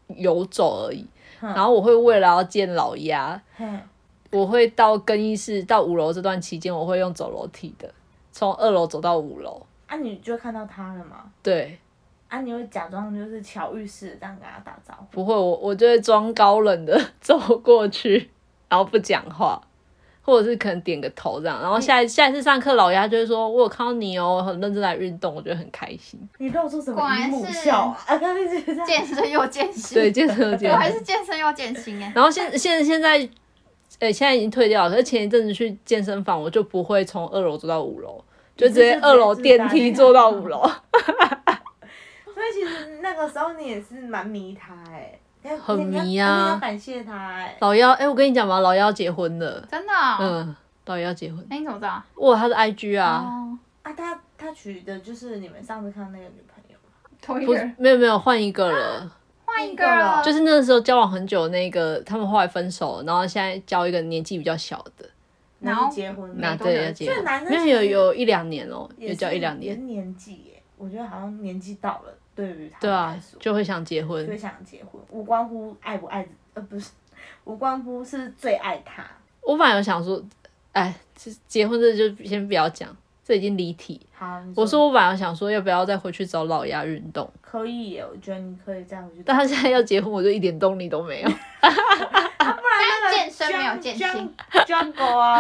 游走而已。然后我会为了要见老鸭，我会到更衣室到5楼这段期间，我会用走楼梯的，从2楼走到5楼。 啊，你就会看到他了吗？ 对。 啊，你会假装就是巧遇式的这样跟他打招呼？ 不会，我就会装高冷的走过去，然后不讲话，或者是可能点个头这样。然后下一次上课，老鸭就会说：“我有看到你哦，很认真来运动，我觉得很开心。” 你露出什么姨母笑啊？ 健身又健心。 对，健身又健心。 我还是健身又健心哎。 然后现在，现在已经退掉了。可是前一阵子去健身房，我就不会从2楼走到5楼，就直接2楼电梯坐到5楼。 所以其实那个时候你也是蛮迷他很迷啊！ 你要感谢他老幺，我跟你讲嘛，老幺结婚了。 真的？ 老幺结婚。 你怎么知道？ 他的 IG 啊。 他娶的就是你们上次看到那个女朋友吗？ 同一个人？ 没有，换一个了。 换一个了。 就是那时候交往很久的那个，他们后来分手了，然后现在交一个年纪比较小的。 然后结婚？ 对，要结婚。没有1-2年哦，有交1-2年。 也是年纪耶，我觉得好像年纪到了。对于他对啊，就会想结婚， 无关乎爱不爱，不是，无关乎是最爱他。 我本来有想说，结婚这就先不要讲，这已经离题。 好， 我说我本来想说，要不要再回去找老鸭运动？ 可以耶，我觉得你可以再回去。 但他现在要结婚，我就一点动力都没有。 不然那个健身没有健心。 Jungle 啊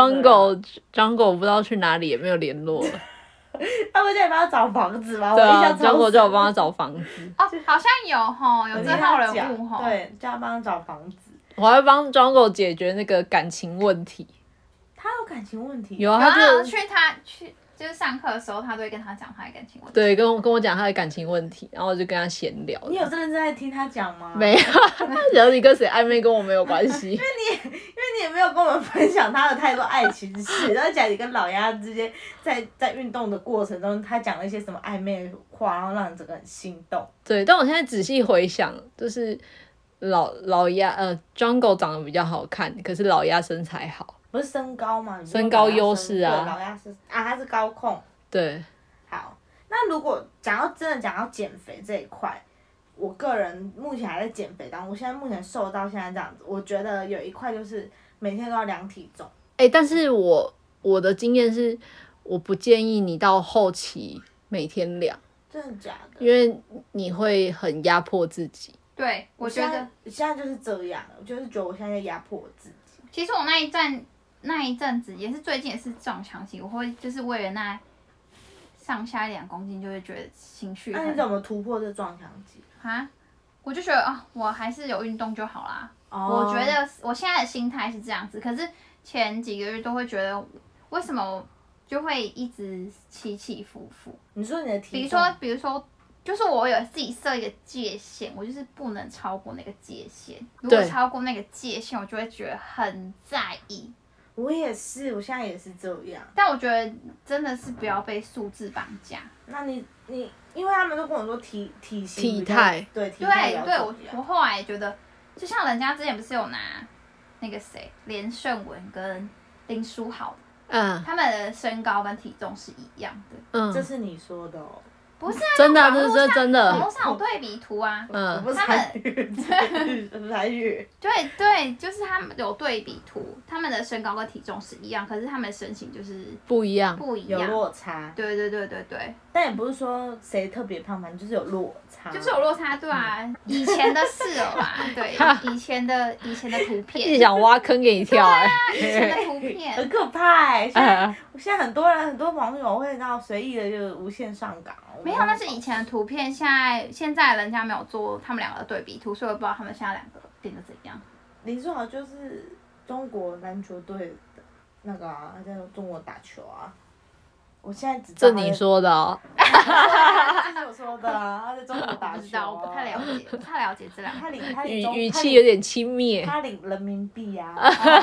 ，Jungle 不知道去哪里，也没有联络了。 他会叫你帮他找房子吗？ 对啊，Jungle叫我帮他找房子。 哦，好像有这号人物吼。 对，叫他帮他找房子。 我还会帮 Jungle 解决那个感情问题。 他有感情问题？ 有啊， 他去就是上课的时候，他都会跟他讲他的感情问题。 对，跟我讲他的感情问题，然后我就跟他闲聊。 你有认真在听他讲吗？ 没有，然后你跟谁暧昧跟我没有关系。 因为你也没有跟我们分享他的太多爱情事，然后讲你跟老鸭之间在运动的过程中，他讲了一些什么暧昧话，然后让你整个很心动。 对，但我现在仔细回想，就是老鸭Jungle 长得比较好看，可是老鸭身材好。 不是身高吗？ 身高优势啊。 对，老鸭是他是高控。 对。 好，那如果讲到减肥这一块，我个人目前还在减肥当中，我现在目前瘦到现在这样子，我觉得有一块就是每天都要量体重。 但是我的经验是，我不建议你到后期每天量。 真的假的？ 因为你会很压迫自己。 对，我觉得现在就是这样，我就是觉得我现在在压迫我自己。 其实我那一阵子也是最近也是撞墙期，我会就是为了那上下1-2公斤就会觉得情绪。 那你怎么突破这撞墙期？ 我就觉得我还是有运动就好啦。我觉得我现在的心态是这样子，可是前几个月都会觉得为什么就会一直起起伏伏。 你说你的体重？ 比如说，就是我有自己设一个界限，我就是不能超过那个界限。如果超过那个界限，我就会觉得很在意。 我也是，我现在也是这样。 但我觉得真的是不要被数字绑架。 那你，因为他们都跟我说体型、 体态， 对， 我后来觉得，就像人家之前不是有拿那个谁连胜文跟林书豪，他们的身高跟体重是一样的。 这是你说的哦。 不是啊， 真的，这是真的。 网络上有对比图啊， 他们台语， 对，就是他们有对比图，他们的身高跟体重是一样，可是他们的身形就是不一样， 有落差。 对。 但也不是说谁特别胖，反正就是有落差。 就是有落差，对啊，以前的事了吧？对，以前的图片。 一直想挖坑给你跳以前的图片很可怕现在很多网友会那随意的就无限上纲。 没有，那是以前的图片，现在人家没有做他们两个的对比图，所以我不知道他们现在两个变得怎样。 林书豪就是中国篮球队的那个他在中国打球啊。我现在只知道这你说的哦。 这是我说的他在中国打球我不太了解这两个。 语气有点轻蔑。 他领人民币啊。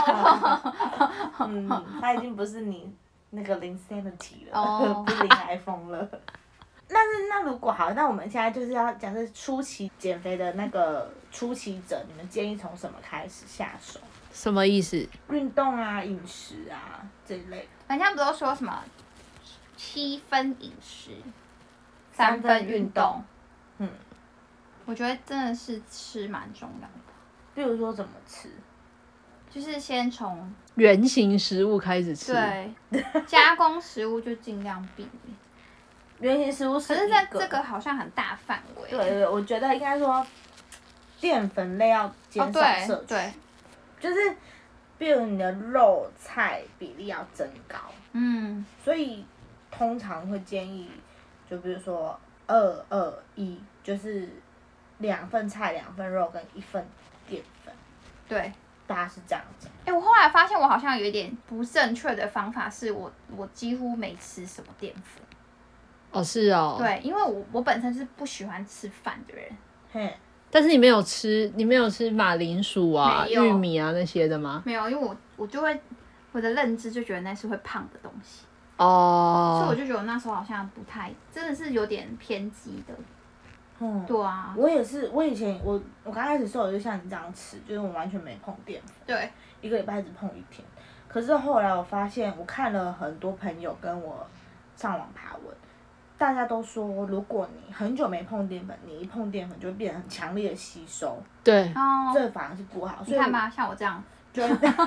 他已经不是你那个领 Sanity 了，不是领 iPhone 了。那如果好，那我们现在就是要假设初期减肥的那个初期者，你们建议从什么开始下手？ 什么意思？ 运动啊，饮食啊这一类。 人家不都说什么7分饮食，3分运动？ 我觉得真的是吃蛮重要的。 比如说怎么吃？ 就是先从原型食物开始吃。 对加工食物就尽量避免。 原型食物是可是在这个好像很大范围。 对，我觉得应该说淀粉类要减少摄取。 对。 就是，比如你的肉菜比例要增高。所以通常会建议，就比如说2-2-1，就是2份菜、2份肉跟1份淀粉。 对。 大家是这样子。 我后来发现我好像有一点不正确的方法，是我几乎没吃什么淀粉。 哦，是哦。 对，因为我本身是不喜欢吃饭的人。 嘿。但是你没有吃马铃薯啊、玉米啊那些的吗？ 没有，因为我就会我的认知就觉得那是会胖的东西。 哦。 所以我就觉得那时候好像不太，真的是有点偏激的。对啊。 我也是，我以前我刚开始瘦，我就像你这样吃，就是我完全没碰淀粉。 对。 1个礼拜只碰1天。可是后来我发现，我看了很多朋友跟我上网爬文。大家都说，如果你很久没碰淀粉，你一碰淀粉就会变得很强烈的吸收。 对。 这反而是不好。 你看吧，像我这样。 就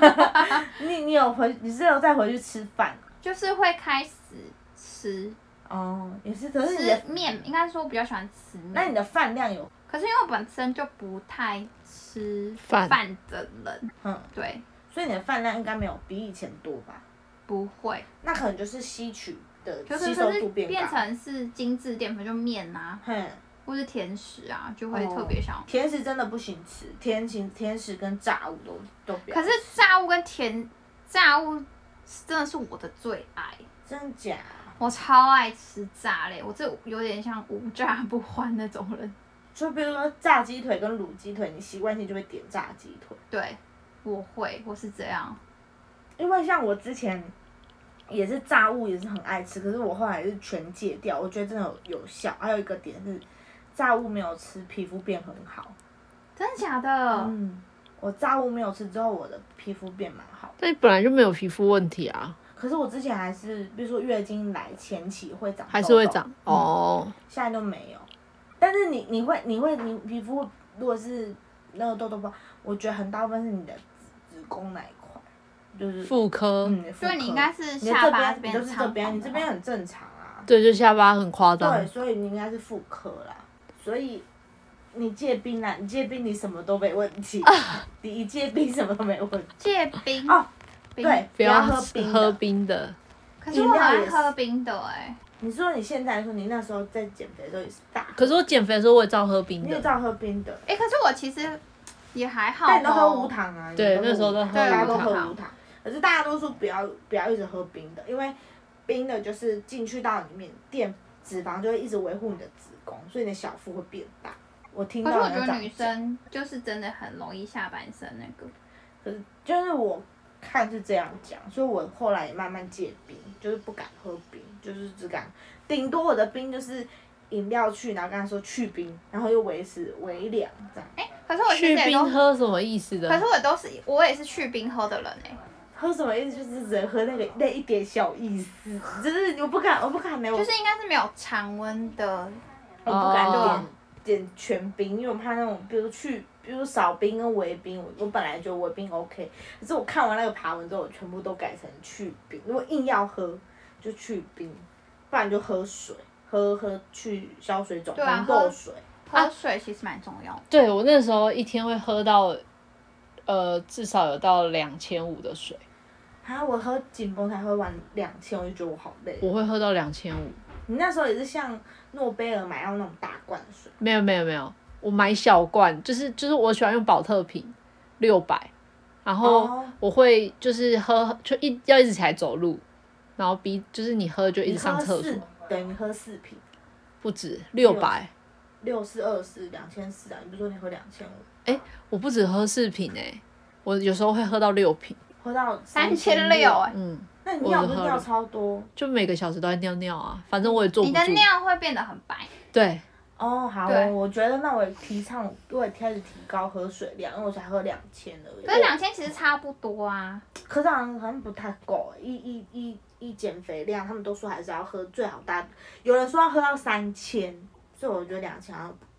你是有再回去吃饭？ 就是会开始吃。 也是。可是你的面，应该说我比较喜欢吃面。 那你的饭量有？ 可是因为我本身就不太吃饭的人。对。 所以你的饭量应该没有比以前多吧？ 不会。 那可能就是吸取。 可是变成是精致淀粉，就面啊，或是甜食啊，就会特别想。 甜食真的不行吃，甜食跟炸物都不要。 可是炸物跟炸物真的是我的最爱。 真假？ 我超爱吃炸类，我这有点像无炸不欢那种人。 就比如说炸鸡腿跟卤鸡腿，你习惯性就会点炸鸡腿。 对，我是这样。 因为像我之前。也是炸物，也是很爱吃，可是我后来是全戒掉，我觉得真的有效。还有一个点是，炸物没有吃，皮肤变很好。 真的假的？ 我炸物没有吃之后，我的皮肤变蛮好。 但你本来就没有皮肤问题啊。 可是我之前还是，比如说月经来前期会长痘痘， 还是会长哦。 现在都没有。但是你皮肤如果是那个痘痘不好，我觉得很大部分是你的子宫那一块。就是妇科。 所以你应该是下巴这边， 你都是这边，你这边很正常啊。 对，就下巴很夸张。 对，所以你应该是妇科啦。所以你戒冰啦，你戒冰你什么都没问题。你一戒冰什么都没问题。 戒冰对，不要喝冰的。 可是我很爱喝冰的你说你现在说你那时候在减肥的时候也是大。 可是我减肥的时候我也照喝冰的。 你也照喝冰的。 可是我其实也还好。 但你都喝无糖啊。 对，那时候都喝无糖。 大家都喝无糖。可是大家都说不要一直喝冰的，因为冰的就是进去到里面，脂肪就会一直维护你的子宫，所以你的小腹会变大。我听到人可是我觉得女生就是真的很容易下半身那个。 可是就是我看是这样讲，所以我后来也慢慢戒冰，就是不敢喝冰，就是只敢顶多我的冰就是饮料去，然后跟他说去冰，然后又维持微凉这样。 可是我去冰喝什么意思的？ 可是我也是去冰喝的人喝什么意思？就是只能喝那一点小意思，就是我不敢没有。 就是应该是没有常温的。 我不敢点全冰，因为我怕那种，比如少冰跟微冰，我本来觉得微冰 OK， 可是我看完那个爬文之后，我全部都改成去冰。如果硬要喝，就去冰，不然就喝水，喝去消水肿，红豆水。 喝水其实蛮重要的。 对，我那时候一天会喝到，至少有到2500的水。 我喝紧绷才喝完2000，我就觉得我好累。 我会喝到2500。 你那时候也是像诺贝尔买到那种大罐的水？ 没有，我买小罐，就是我喜欢用保特瓶，600，然后我会就是喝，要一直起来走路，然后就是你喝就一直上厕所。 等于喝4瓶。 不止600。 6×4=24，2400啊！你不是说你喝2500？ 我不止喝4瓶我有时候会喝到6瓶。 喝到 3600 那你尿不是尿超多？ 就每个小时都在尿尿啊，反正我也坐不住。 你的尿会变得很白。 对。 好，我觉得那我也开始提高喝水量，因为我才喝2000而已。 可是2000其实差不多啊。 可是好像不太够一减肥量，他们都说还是要喝最好有人说要喝到3000，所以我觉得2000好像不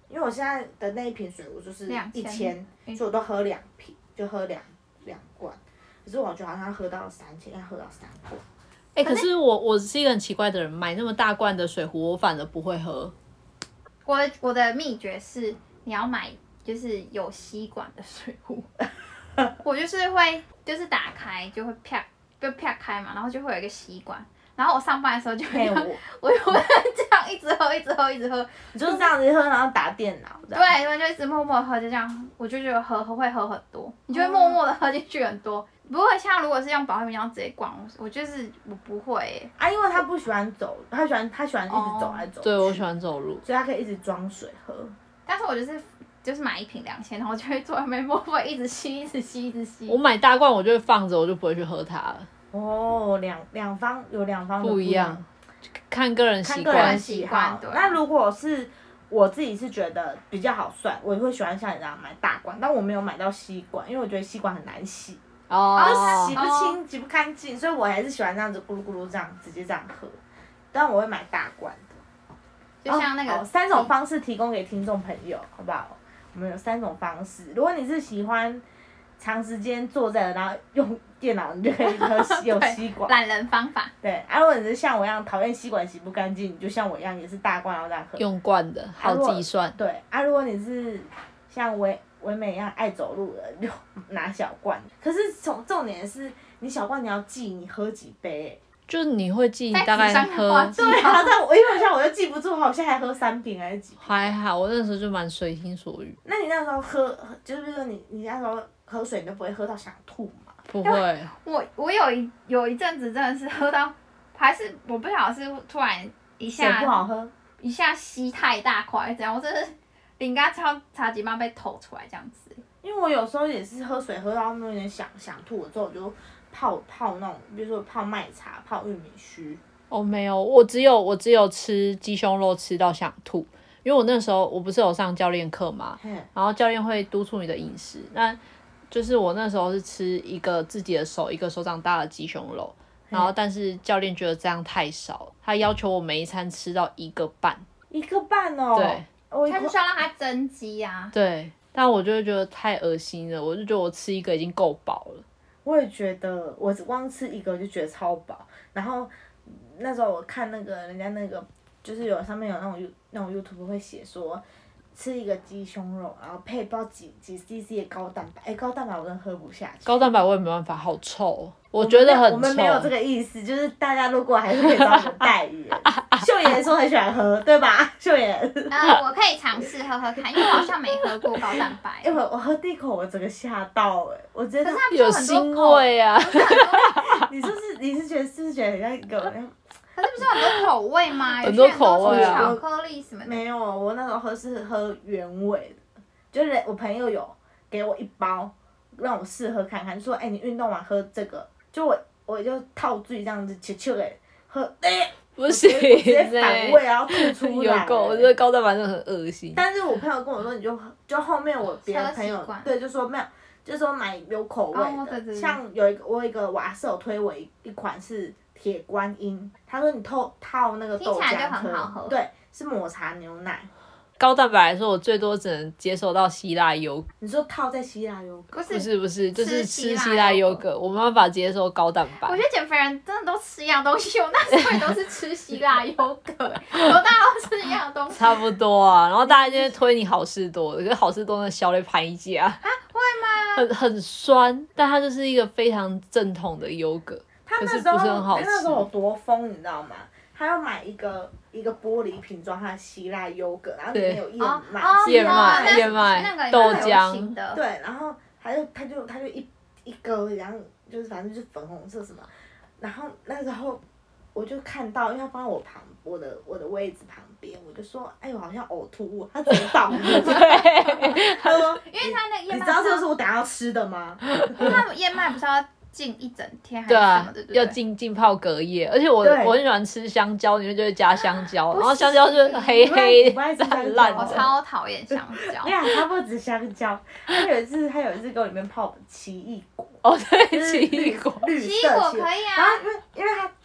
因为我现在的那一瓶水我就是1000，所以我都喝2瓶，就喝两罐。可是我觉得好像喝到3000，要喝到3罐。 可是我是一个很奇怪的人，买那么大罐的水壶，我反而不会喝。 我的秘诀是你要买就是有吸管的水壶，我就是会就是打开就会啪开嘛，然后就会有一个吸管。然后我上班的时候就会我就会这样一直喝， 你就是这样子喝，然后打电脑。 对，我就一直默默喝，就这样，我就觉得会喝很多，你就会默默的喝进去很多。不会像如果是用保鲜瓶这样直接灌，我不会因为他不喜欢走，他喜欢一直走来走去。 对，我喜欢走路， 所以他可以一直装水喝。 但是我就是买1瓶2000，然后就会坐在那边默默一直吸。 我买大罐我就会放着，我就不会去喝它了。 哦，两方的不一样，看个人习惯。那如果是我自己是觉得比较好算，我会喜欢像你这样买大罐，但我没有买到吸管，因为我觉得吸管很难洗，就洗不清、洗不干净，所以我还是喜欢这样子咕噜咕噜这样直接这样喝。但我会买大罐的， 就像那个 3种方式提供给听众朋友，好不好？我们有3种方式，如果你是喜欢长时间坐在然后用电脑，你就可以喝有吸管。 懒人方法。 对，如果你是像我一样讨厌吸管洗不干净，你就像我一样也是大罐然后这样喝。 用罐的，好计算。 对，如果你是像唯美一样爱走路的，就拿小罐。可是重点是，你小罐你要记你喝几杯。 就是你会记大概喝。 对啊，因为像我又记不住，好像还喝3瓶还是几瓶。 还好，我那时候就蛮随心所欲。 那你那时候喝，就是说你那时候喝水，你都不会喝到想吐吗？ 不会。 我有一阵子真的是喝到，还是我不晓得是突然一下水不好喝， 一下吸太大块这样，我真的灵感差几码被吐出来这样子。 因为我有时候也是喝水喝到有点想吐了之后，我就泡那种，比如说泡麦茶、泡玉米须。 没有，我只有吃鸡胸肉吃到想吐，因为我那时候我不是有上教练课嘛，然后教练会督促你的饮食，那就是我那时候是吃一个自己的一个手掌大的鸡胸肉，然后但是教练觉得这样太少，他要求我每一餐吃到1个半。 1个半哦。 对。 他就需要让它增肌啊。 对，但我就会觉得太恶心了，我就觉得我吃1个已经够饱了。 我也觉得，我光吃1个就觉得超饱。然后那时候我看那个人家那个，就是上面有那种 YouTube 会写说，吃1个鸡胸肉，然后配不知道几 CC 的高蛋白。高蛋白我真的喝不下去。 高蛋白我也没办法，好臭，我觉得很臭。 我们没有这个意思，就是大家如果还是可以找我们代言。秀妍说很喜欢喝，对吧？秀妍。 我可以尝试喝喝看，因为我好像没喝过高蛋白。 我喝第1口我整个吓到我觉得有腥味啊。 你是觉得很像一个。 可是不是很多口味吗？ 很多口味啊， 巧克力什么的。 没有，我那时候喝原味的，就是我朋友有给我1包，让我试喝看看，说你运动完喝这个，就我就套醉这样子切的喝， 不行， 直接反胃然后吐出来。 有够，我觉得高蛋白真的很恶心。 但是我朋友跟我说，你就后面我别的朋友对就说没有，就是说买有口味的，像我有一个瓦舍有推我一款是铁观音，他说你套那个豆浆喝，对，是抹茶牛奶。 高蛋白来说，我最多只能接受到希腊优格。 你说套在希腊优格？ 不是，就是吃希腊优格，我没办法接受高蛋白。 我觉得减肥人真的都吃一样东西，我那时候也都是吃希腊优格，大家都吃一样的东西。 差不多啊，然后大家就会推你好事多，可是好事多那小雷排价啊，会吗？很酸，但它就是一个非常正统的优格，可是不是很好吃。 那时候有多疯，你知道吗？他要买一个玻璃瓶装他的希腊优格，然后里面有燕麦、豆浆， 对，然后他就一个，然后就是反正就是粉红色什么，然后那时候我就看到，因为他放在我的位置旁边，我就说，哎呦，好像呕吐物，他直接倒了。 对， 他说， 因为他那个燕麦， 你知道这个是我等下要吃的吗？ 因为他们燕麦不是要浸一整天还是什么的，对， 要浸泡隔夜，而且我很喜欢吃香蕉，里面就会加香蕉，然后香蕉就是黑黑烂的， 我超讨厌香蕉。 他不止香蕉，他有一次给我里面泡奇异果。 对，奇异果， 绿色奇异果可以啊。 然后因为它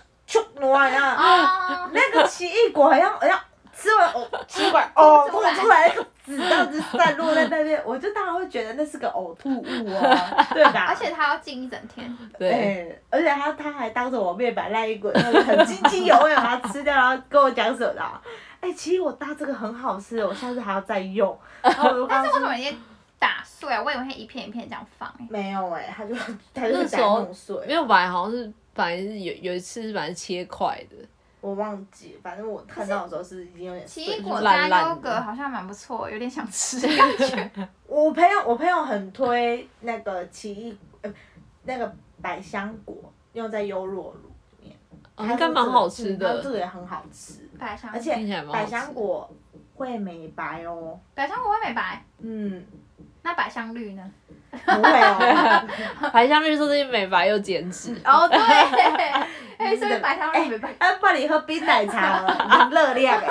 那个奇异果好像吃完奇异果吐出来那个纸这样子散落在那边，我就当然会觉得那是个呕吐物啊，对吧？ 而且他要浸一整天。 对， 而且他还当着我面把那一滚，很津津有味把它吃掉，然后跟我讲什么的。其实我搭这个很好吃，我下次还要再用。然后我就但是为什么你打碎啊？我以为会一片一片这样放。 没有他就把它弄碎。 没有，本来是有一次是本来是切块的。 我忘记，反正我看到的时候是已经有点奇异果加优格好像蛮不错，有点想吃的感觉。 我朋友很推那个那个百香果用在优酪乳里面， 应该蛮好吃的。 这个也很好吃， 百香， 而且百香果会美白哦。 百香果会美白？那百香绿呢？ 不会哦。 百香绿说是美白又减脂。 哦，对，所以百香绿美白。 不然你喝冰奶茶了，热量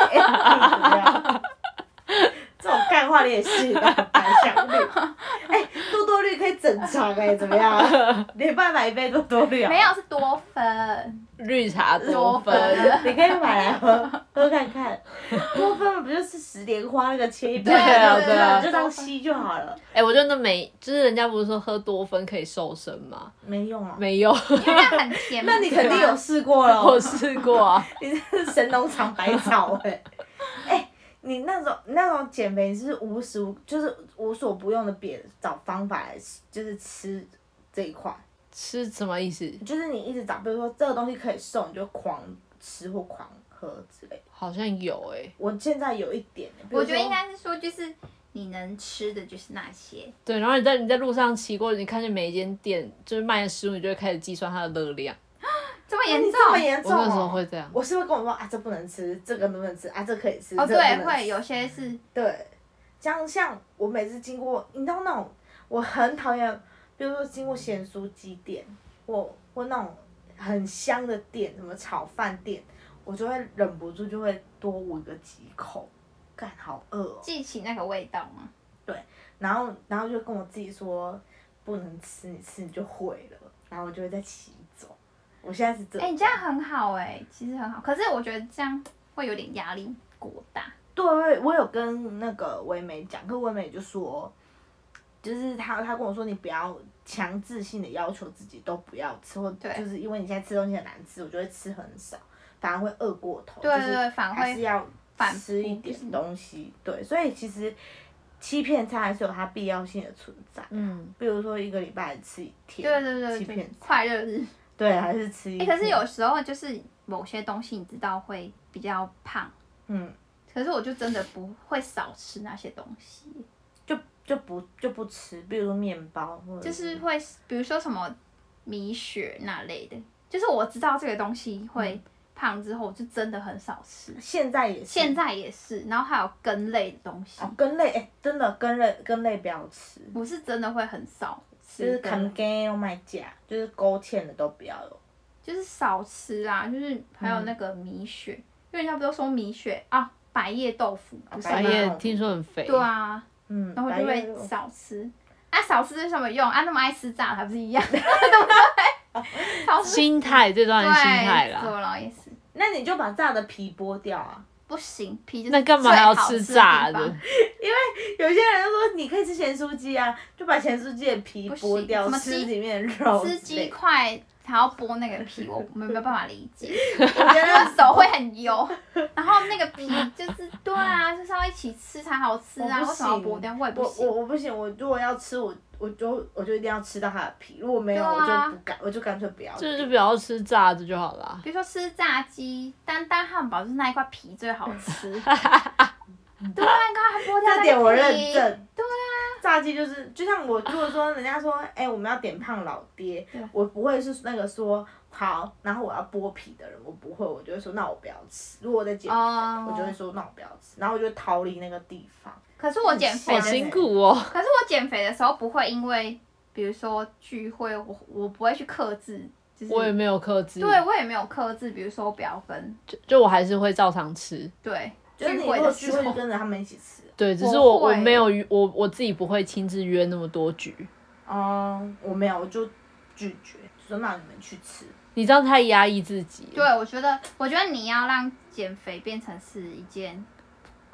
这种干话你也信啊？百香绿，多多绿可以整肠怎么样？你帮买一杯多多绿啊？ 没有，是多酚。 绿茶多酚， 你可以买来喝看看。多酚不就是石莲花那个切一杯， 对啊， 就当吸就好了。 我觉得就是人家不是说喝多酚可以瘦身吗？ 没用啊。 没有， 因为它很甜。 那你肯定有试过了。 我试过啊。 你这是神农尝百草你那种减肥是就是无所不用的找方法来就是吃这一块。 吃什么意思？ 就是你一直找，比如说这个东西可以瘦，你就狂吃或狂喝之类的。 好像有我现在有一点。 我觉得应该是说，就是你能吃的就是那些。 对，然后你在路上骑过，你看见每一间店就是卖的食物，你就会开始计算它的热量。 这么严重？ 这么严重？ 我那时候会这样。 我是会跟我说这不能吃，这个不能吃这可以吃。 对，会有些是。 对，像我每次经过，你知道那种我很讨厌。比如说经过咸酥鸡店，或那种很香的店，什么炒饭店，我就会忍不住就会多闻个几口，干好饿哦。 记起那个味道吗？ 对，然后就跟我自己说不能吃，你吃你就毁了，然后我就会再骑走。我现在是这样。 你这样很好其实很好，可是我觉得这样会有点压力过大。 对，我有跟那个唯美讲，可唯美就说。就是他跟我说，你不要强制性的要求自己都不要吃，或就是因为你现在吃东西很难吃，我就会吃很少，反而会饿过头。 对，反而还是要吃一点东西。对，所以其实欺骗餐还是有它必要性的存在。比如说一个礼拜吃一天。 对， 欺骗快乐日。 对，还是吃一天。 可是有时候就是某些东西你知道会比较胖。可是我就真的不会少吃那些东西。 就不吃，比如说面包，或者就是会，比如说什么米血那类的，就是我知道这个东西会胖之后，我就真的很少吃。 现在也是， 然后还有根类的东西。 根类真的根类不要吃。 我是真的会很少吃。 就是看根都卖假，就是勾芡的都不要有。 就是少吃啊，就是还有那个米血，因为人家不都说米血啊，百叶豆腐不是吗？ 百叶听说很肥。 对啊。然后就会少吃。少吃是什么用？那么爱吃炸还不是一样的，对不对？ 心态，最重要的心态啦。 对，我也是。 那你就把炸的皮剥掉啊。 不行，皮就是那干嘛还要吃炸的？ 因为有些人就说你可以吃咸酥鸡啊，就把咸酥鸡的皮剥掉，吃里面的肉。 吃鸡块还要剥那个皮，我没有办法理解。我觉得手会很油，然后那个皮就是对啊，就是要一起吃才好吃啊。为什么要剥掉？我也不行。 我不行，我如果要吃，我就一定要吃到它的皮，如果没有我就干脆不要。 就不要吃炸的就好了。 比如说吃炸鸡，单汉堡就是那一块皮最好吃。对啊，你刚刚还剥掉那个皮。 这点我认证。 对啊。 炸鸡就像我如果说人家说我们要点胖老爹，我不会是那个说好，然后我要剥皮的人，我不会，我就会说那我不要吃。如果我在减肥，我就会说那我不要吃，然后我就逃离那个地方。 可是我减肥好辛苦哦。 可是我减肥的时候不会因为，比如说聚会，我不会去克制。 我也没有克制。 对，我也没有克制，比如说我不要跟。 就我还是会照常吃。 对。 就是你如果聚会就跟着他们一起吃。 对，只是我没有我自己不会亲自约那么多局。 我没有，我就拒绝，说那你们去吃。 你这样太压抑自己。 对，我觉得你要让减肥变成是一件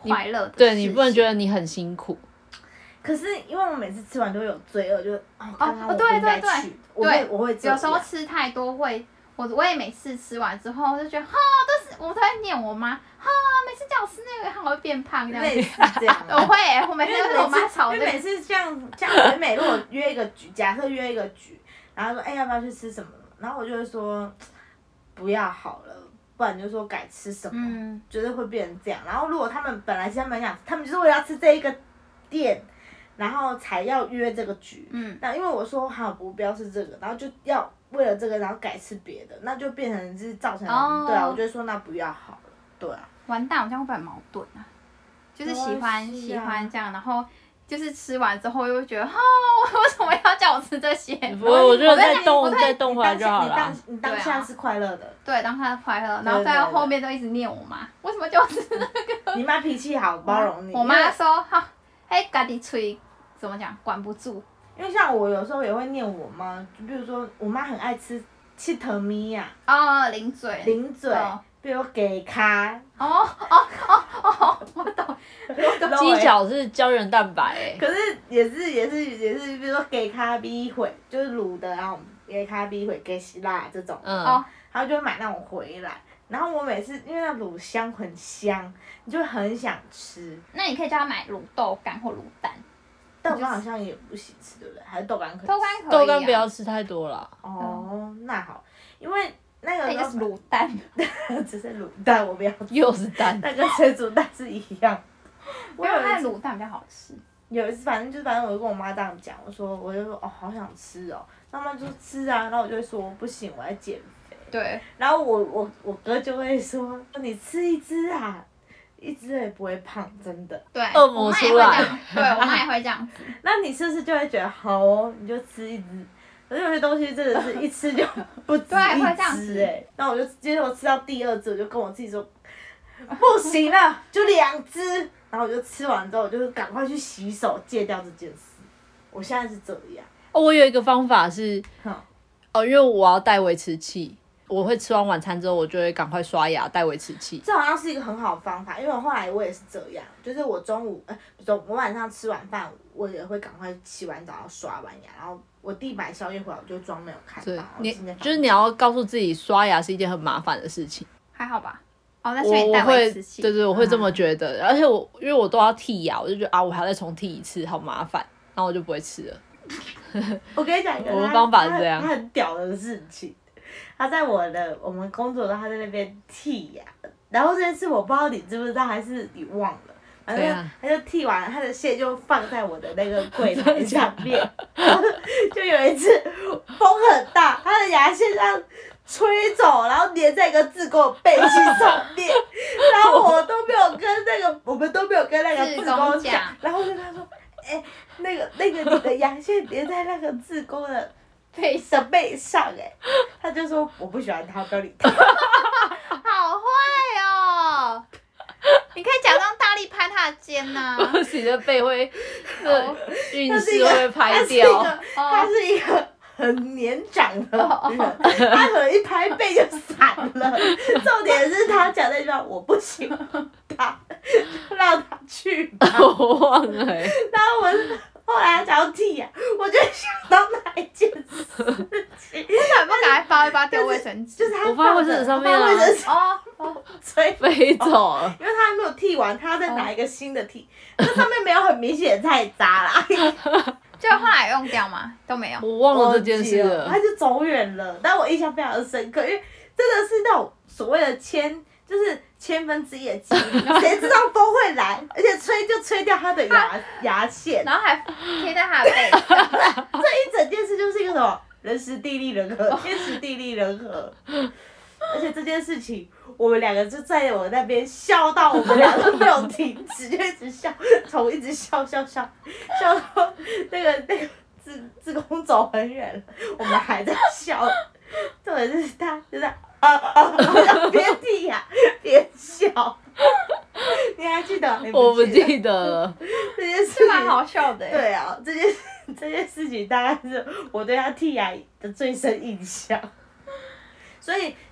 快乐的事情。 对，你不能觉得你很辛苦。 可是因为我每次吃完都会有罪恶，就刚刚我不对应该对去， 对， 我会这样有时候吃太多会，我也每次吃完之后就觉得都是我都在念我妈，每次叫我吃那个，我会变胖这样类似这样。 我会，我每次都跟我妈吵因为每次像美美，如果约一个局，假设约一个局，然后说要不要去吃什么，然后我就会说不要好了。不然就说改吃什么，就是会变成这样。然后如果他们本来是他们想，他们就是为了要吃这一个店，然后才要约这个局。那因为我说好目标是这个，然后就要为了这个，然后改吃别的，那就变成是造成对啊，我就说那不要好了，对啊。 完蛋，我这样会不会很矛盾啊？就是喜欢这样，然后。就是吃完之后又会觉得，为什么要叫我吃这些？ 我觉得再动回来就好了。 你当下是快乐的。 对，当下是快乐，然后再到后面都一直念我妈，为什么叫我吃那个？ 你妈脾气好，包容你。 我妈说，家己嘴怎么讲，管不住。 因为像我有时候也会念我妈，就比如说我妈很爱吃气头咪呀。 零嘴。 比如给咖。 我懂。 鸡脚是胶原蛋白可是也是，比如说给咖米粉，就是卤的，然后给咖米粉给希腊这种。然后就会买那种回来。然后我每次因为那卤香很香，你就会很想吃。 那你可以叫他买卤豆干或卤蛋。 豆干好像也不行吃，对不对？还是豆干可以？ 豆干不要吃太多了。 那好，因为。那个就是卤蛋， 只是卤蛋，我不要。 又是蛋， 那跟水煮蛋是一样。 我有看卤蛋比较好吃。 有一次，反正我就跟我妈这样讲，我就说好想吃哦，那妈就吃啊，然后我就会说不行，我要减肥。 对。 然后我哥就会说你吃一只啊，一只也不会胖，真的。 对。恶魔出来。 对，我妈也会这样子。 那你是不是就会觉得好哦？你就吃一只。可是有些东西真的是一吃就不止一只那我就接着我吃到第二只，我就跟我自己说，不行了，就2只。然后我就吃完之后，我就赶快去洗手，戒掉这件事。我现在是这样。 我有一个方法是，因为我要带维持器，我会吃完晚餐之后，我就会赶快刷牙带维持器。 这好像是一个很好的方法，因为后来我也是这样，就是我我晚上吃完饭，我也会赶快洗完澡，然后刷完牙，然后。我弟买宵夜回来，我就装没有看到。 就是你要告诉自己，刷牙是一件很麻烦的事情。 还好吧？那是你带维持器。 对，我会这么觉得。而且因为我都要剔牙，我就觉得我还要再重剔一次，好麻烦，然后我就不会吃了。 我跟你讲一个， 我的方法是这样。 他很屌的事情，他在我们工作的时候，他在那边剔牙，然后这件事我不知道你知不知道，还是你忘了。反正他就剃完了，他的线就放在我的那个柜台上面。就有一次风很大，他的牙线上吹走，然后粘在一个志工的背心上面。然后我们都没有跟那个志工讲，然后我就跟他说，那个你的牙线粘在那个志工的背上，他就说我不喜欢他，不要理他。 好坏哦。你可以假装大力拍他的肩呐， 不行的背会，运势会被拍掉。 他是一个很年长的人，他可能一拍背就散了。重点是他讲那句话，我不喜欢他，让他去吧。 我忘了。 然后后来他讲要剃牙，我就想到哪一件事情？ 为什么不赶快包一包丢卫生纸？ 就是他放卫生纸上面啊。飞走了。 因为他还没有剃完，他要再拿一个新的剃，那上面没有很明显的菜渣啦。 就后来用掉吗？都没有。 我忘了这件事了。 他就走远了，但我印象非常的深刻，因为真的是那种所谓的就是1/1000的几率，谁知道风会来，而且吹掉他的牙线， 然后还贴在他的背上。 这一整件事就是一个什么人时地利人和，天时地利人和。而且这件事情，我们2个就在我那边笑到我们2个都没有停止，就一直笑，一直笑到那个志工走很远了，我们还在笑。重点是他就在边剔牙边笑。你还记得？ 我不记得了。 这件事蛮好笑的。 对啊，这件事情大概是我对他剔牙的最深印象。所以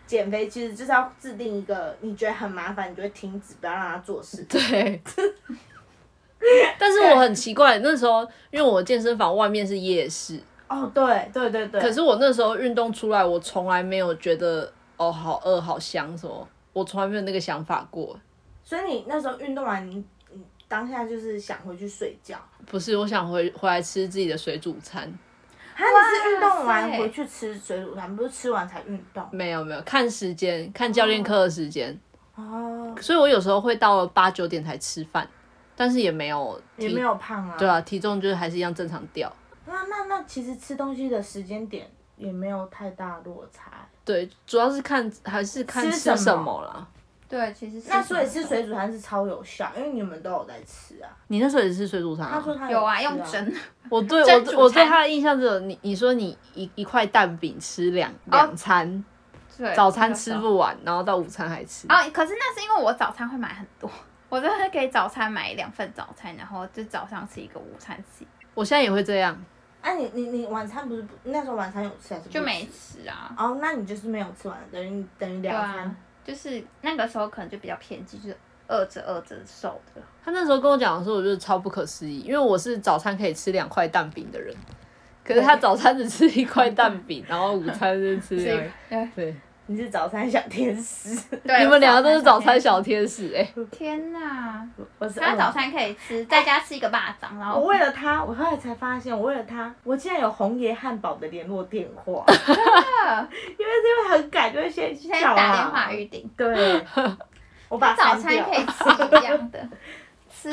减肥其实就是要制定一个你觉得很麻烦，你就会停止，不要让他做事。 对。但是我很奇怪，那时候因为我健身房外面是夜市。 哦，对对对对。 可是我那时候运动出来，我从来没有觉得好饿好香什么，我从来没有那个想法过。 所以你那时候运动完，你当下就是想回去睡觉？ 不是，我想回来吃自己的水煮餐。 你是运动完回去吃水煮餐，不是吃完才运动？ 没有，看时间，看教练课的时间。 哦。 所以我有时候会到了8、9点才吃饭，但是也没有胖啊。 对啊，体重就是还是一样正常掉。 那其实吃东西的时间点也没有太大落差。 对，主要是还是看吃什么啦。 对，其实那所以吃水煮餐是超有效，因为你们都有在吃啊。 你那时候也是吃水煮餐啊？ 他说他有啊，用蒸。 我对他的印象只有你说你一块蛋饼吃两餐， 对， 早餐吃不完，然后到午餐还吃。 可是那是因为我早餐会买很多，我真的可以早餐买2份早餐，然后就早上吃一个，午餐吃。 我现在也会这样。 你晚餐不是那时候晚餐有吃还是不吃？ 就没吃啊。 哦，那你就是没有吃完，等于2餐。 就是那个时候可能就比较偏激，就是饿着瘦的。 他那时候跟我讲的时候，我觉得超不可思议，因为我是早餐可以吃2块蛋饼的人，可是他早餐只吃1块蛋饼，然后午餐是吃对。 你是早餐小天使。 对， 你们2个都是早餐小天使天哪！ 他早餐可以吃，在家吃一个巴掌，然后我为了他，我后来才发现，我为了他，我竟然有红爷汉堡的联络电话。因为很赶，就会先打电话预订。 对。我把早餐可以吃一样的，吃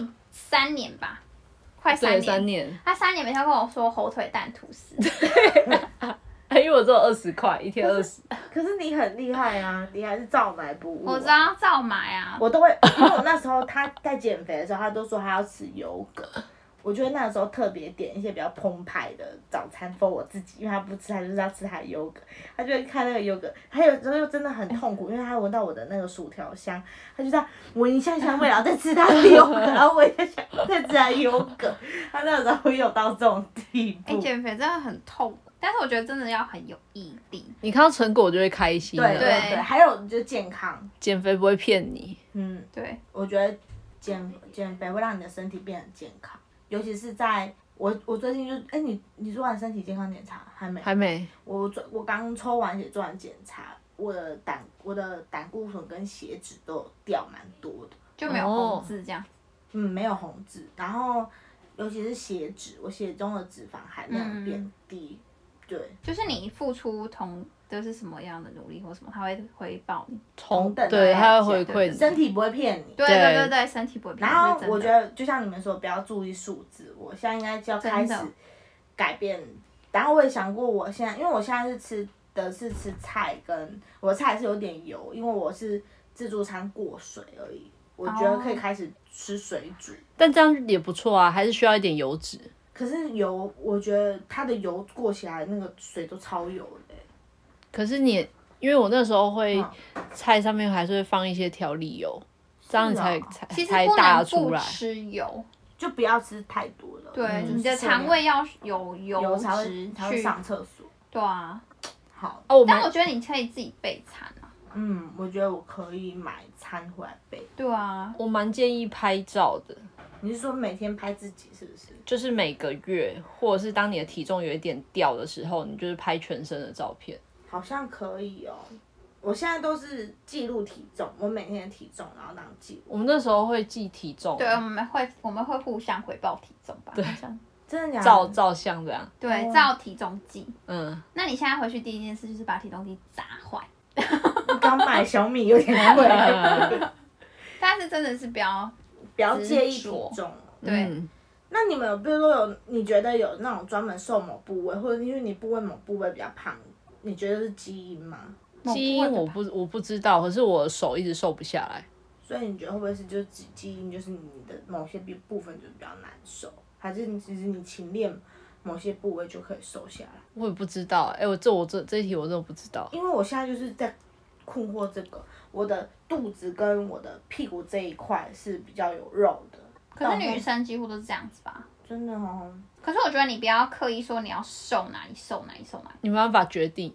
3年吧，快3年。他3年每天跟我说火腿蛋吐司。 因为我只有20块，1天20。 可是你很厉害啊，你还是照买不误。 我知道照买啊。 我都会，因为我那时候他在减肥的时候，他都说他要吃优格。我觉得那个时候特别点一些比较澎湃的早餐 for 我自己，因为他不吃，他就是要吃他的优格，他就会看那个优格，他有时候又真的很痛苦，因为他闻到我的那个薯条香，他就这样闻一下香味，然后再吃他的优格，然后闻一下香味，再吃他的优格，他那个时候会有到这种地步。 减肥真的很痛，但是我觉得真的要很有毅力。 你看到成果就会开心。 对，还有就是健康， 减肥不会骗你。 对， 我觉得减肥会让你的身体变得健康。尤其是在我最近就你做完身体健康检查还没？我刚抽完血做完检查，我的胆固醇跟血脂都有掉蛮多的， 就没有红字这样。 没有红字，然后尤其是血脂，我血中的脂肪含量变低。对， 就是你付出都是什么样的努力或什么，他会回报你同等的， 对，他会回馈你， 身体不会骗你。 对，身体不会骗你。 然后我觉得，就像你们说，不要注意数字，我现在应该就要开始改变。然后我也想过，我现在，因为我现在是吃菜，跟我的菜是有点油，因为我是自助餐过水而已。我觉得可以开始吃水煮， 但这样也不错啊，还是需要一点油脂。 可是油，我觉得它的油过起来，那个水都超油的。 可是因为我那时候会菜上面还是会放一些调理油，这样才大得出来。 其实不能不吃油， 就不要吃太多了。 对，你的肠胃要有油才会上厕所。 对啊。 好。 但我觉得你可以自己备餐啊。 我觉得我可以买餐回来备。 对啊。 我蛮建议拍照的。 你是说每天拍自己是不是？ 就是每个月，或者是当你的体重有一点掉的时候，你就是拍全身的照片。 好像可以哦，我现在都是记录体重，我每天的体重，然后当记录。 我们那时候会记体重。 对，我们会互相回报体重吧？ 对， 真的假的？ 照相这样。 对，照体重计。 那你现在回去第一件事就是把体重计砸坏。 刚买小米有点贵。 但是真的是不要介意体重。 对。 那你们比如说你觉得有那种专门瘦某部位，或者因为你某部位比较胖？你觉得是基因吗？ 基因我不知道，可是我的手一直瘦不下来。 所以你觉得会不会是就是基因，就是你的某些部分就比较难瘦，还是其实你勤练某些部位就可以瘦下来？ 我也不知道，这一题我真的不知道。 因为我现在就是在困惑这个，我的肚子跟我的屁股这一块是比较有肉的。 可是女生几乎都是这样子吧？ 真的哦。 可是我觉得你不要刻意说你要瘦哪里， 你没办法决定。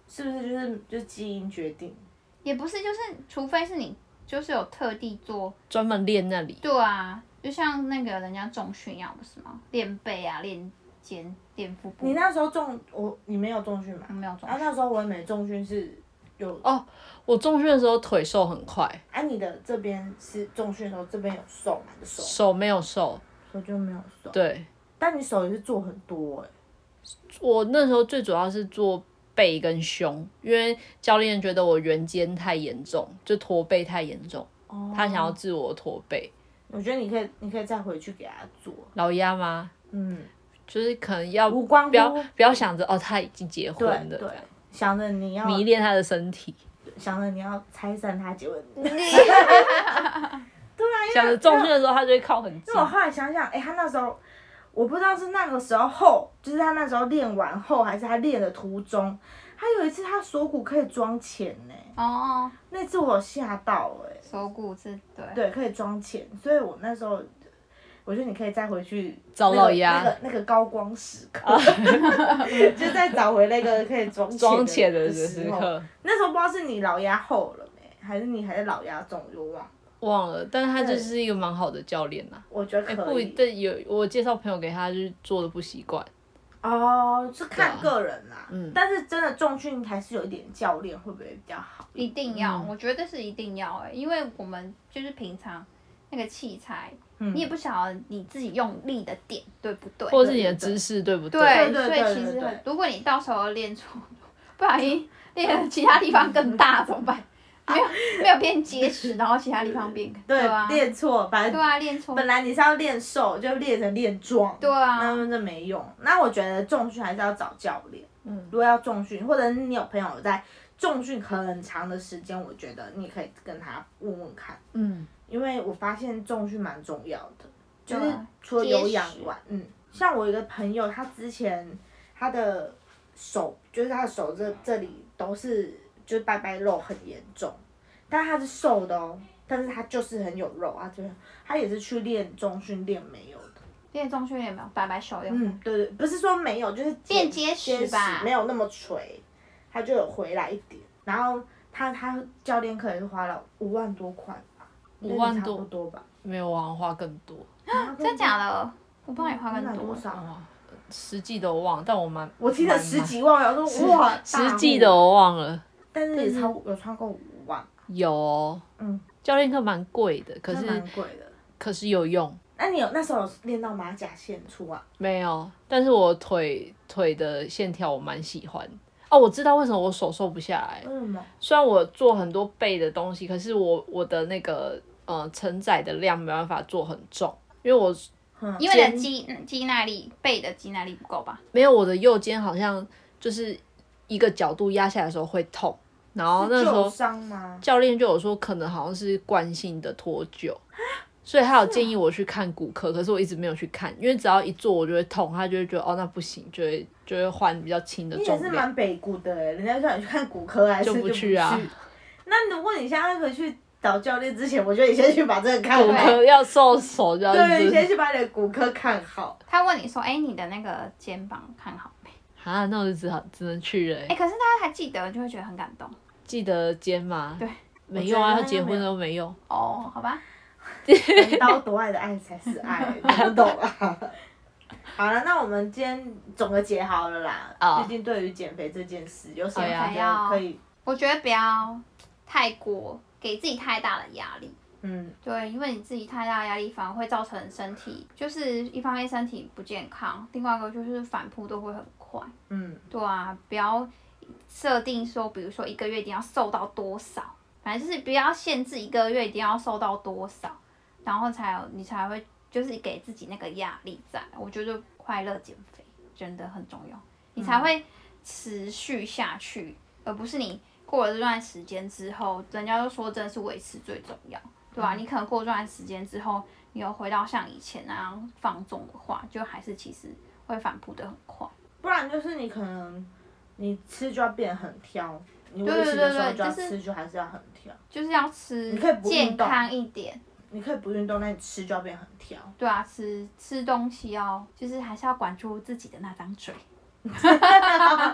是不是就是基因决定？ 也不是，就是除非是你就是有特地做专门练那里。 对啊，就像那个人家重训一样，不是吗？练背啊，练肩，练腹部。 你那时候你没有重训吗？ 没有重训。 啊，那时候我没重训是有哦，我重训的时候腿瘦很快。 啊，你的这边是重训的时候这边有瘦吗？你的手？ 手没有瘦。 手就没有瘦。 对。 但你手也是做很多我那时候最主要是做背跟胸，因为教练觉得我圆肩太严重，就驼背太严重，他想要治我驼背。 我觉得你可以再回去给他做。 老鸭吗？就是可能要无关乎不要想着他已经结婚了， 对，想着你要迷恋他的身体， 想着你要拆散他结婚。对啊， 想着重训的时候他就会靠很近。 因为我后来想想，他那时候。我不知道是那个时候后，就是他那时候练完后，还是他练的途中，他有一次他锁骨可以装钱呢。 哦。 那次我有吓到锁骨是对。 对，可以装钱，所以我那时候，我觉得你可以再回去找老鸭那个高光时刻，就再找回那个可以装钱的时刻。那时候不知道是你老鸭后了没，还是你还是老鸭重，就忘了，但是他就是一个蛮好的教练呐。 我觉得可以。 对，我介绍朋友给他，就是做的不习惯。 哦，是看个人啦。但是真的重训还是有一点教练会不会比较好？ 一定要，我觉得是一定要因为我们就是平常那个器材，你也不晓得你自己用力的点对不对， 或者是你的姿势对不对？ 对，所以其实如果你到时候练错，不小心练其他地方更大怎么办？没有变结实，然后其他地方变对啊， 练错，反正对啊，练错。 本来你是要练瘦，就练成练壮， 对啊， 那没用。那我觉得重训还是要找教练。如果要重训，或者你有朋友在重训很长的时间，我觉得你可以跟他问问看。因为我发现重训蛮重要的，就是除了有氧以外，像我有一个朋友，他之前他的手，就是他的手这里都是。就是拜拜肉很严重，但他是瘦的但是他就是很有肉啊，他也是去练重训练没有的。 练重训练没有，拜拜手用。 对，不是说没有，就是变结实吧， 没有那么垂，他就有回来一点。然后他教练课也是花了5万多块吧 ，5万多差不多吧， 没有，我好像花更多。 真假的？我帮你花更多少啊？ 实际的我忘了，但我记得10几万，我说哇， 实际的我忘了。 但是也有超过5万。 有教练课蛮贵的，可是蛮贵的， 可是有用。 那你那时候有练到马甲线出啊？ 没有，但是我腿的线条我蛮喜欢。我知道为什么我手瘦不下来。 为什么？ 虽然我做很多背的东西，可是我的那个承载的量没办法做很重，因为因为你的肌耐力，背的肌耐力不够吧？ 没有，我的右肩好像就是一个角度压下来的时候会痛。然后那时候教练就有说可能好像是惯性的脱臼，所以他有建议我去看骨科，可是我一直没有去看，因为只要一做我就会痛，他就会觉得那不行，就会换比较轻的重量。 你也是蛮北骨的人家叫你去看骨科还是就不去啊？那如果你现在回去找教练之前，我觉得你先去把这个看好。 骨科要瘦手这样子。 对，你先去把你的骨科看好。 他问你说，你的那个肩膀看好没？ 那我就只能去了。 可是他还记得，就会觉得很感动。 记得肩吗？ 对， 没用啊，他结婚都没用。 好吧。 人刀夺爱的爱才是爱，你懂啊？好了，那我们今天总个结好了啦。毕竟对于减肥这件事，有什么觉得可以？ 我觉得不要太过给自己太大的压力。对，因为你自己太大的压力，反而会造成身体，就是一方面身体不健康，另外一个就是反扑都会很快。对啊，不要设定说，比如说1个月一定要瘦到多少，反正就是不要限制1个月一定要瘦到多少，然后你才会就是给自己那个压力在。我觉得快乐减肥真的很重要，你才会持续下去，而不是你过了这段时间之后，人家都说真的是维持最重要，对吧？你可能过这段时间之后，你又回到像以前那样放纵的话，就还是其实会反扑得很快。 不然就是你可能你吃就要变得很挑，你维持的时候就要吃就还是要很挑， 就是要吃健康一点。 你可以不运动，但你吃就要变很挑。 对啊，吃东西就是还是要管住自己的那张嘴。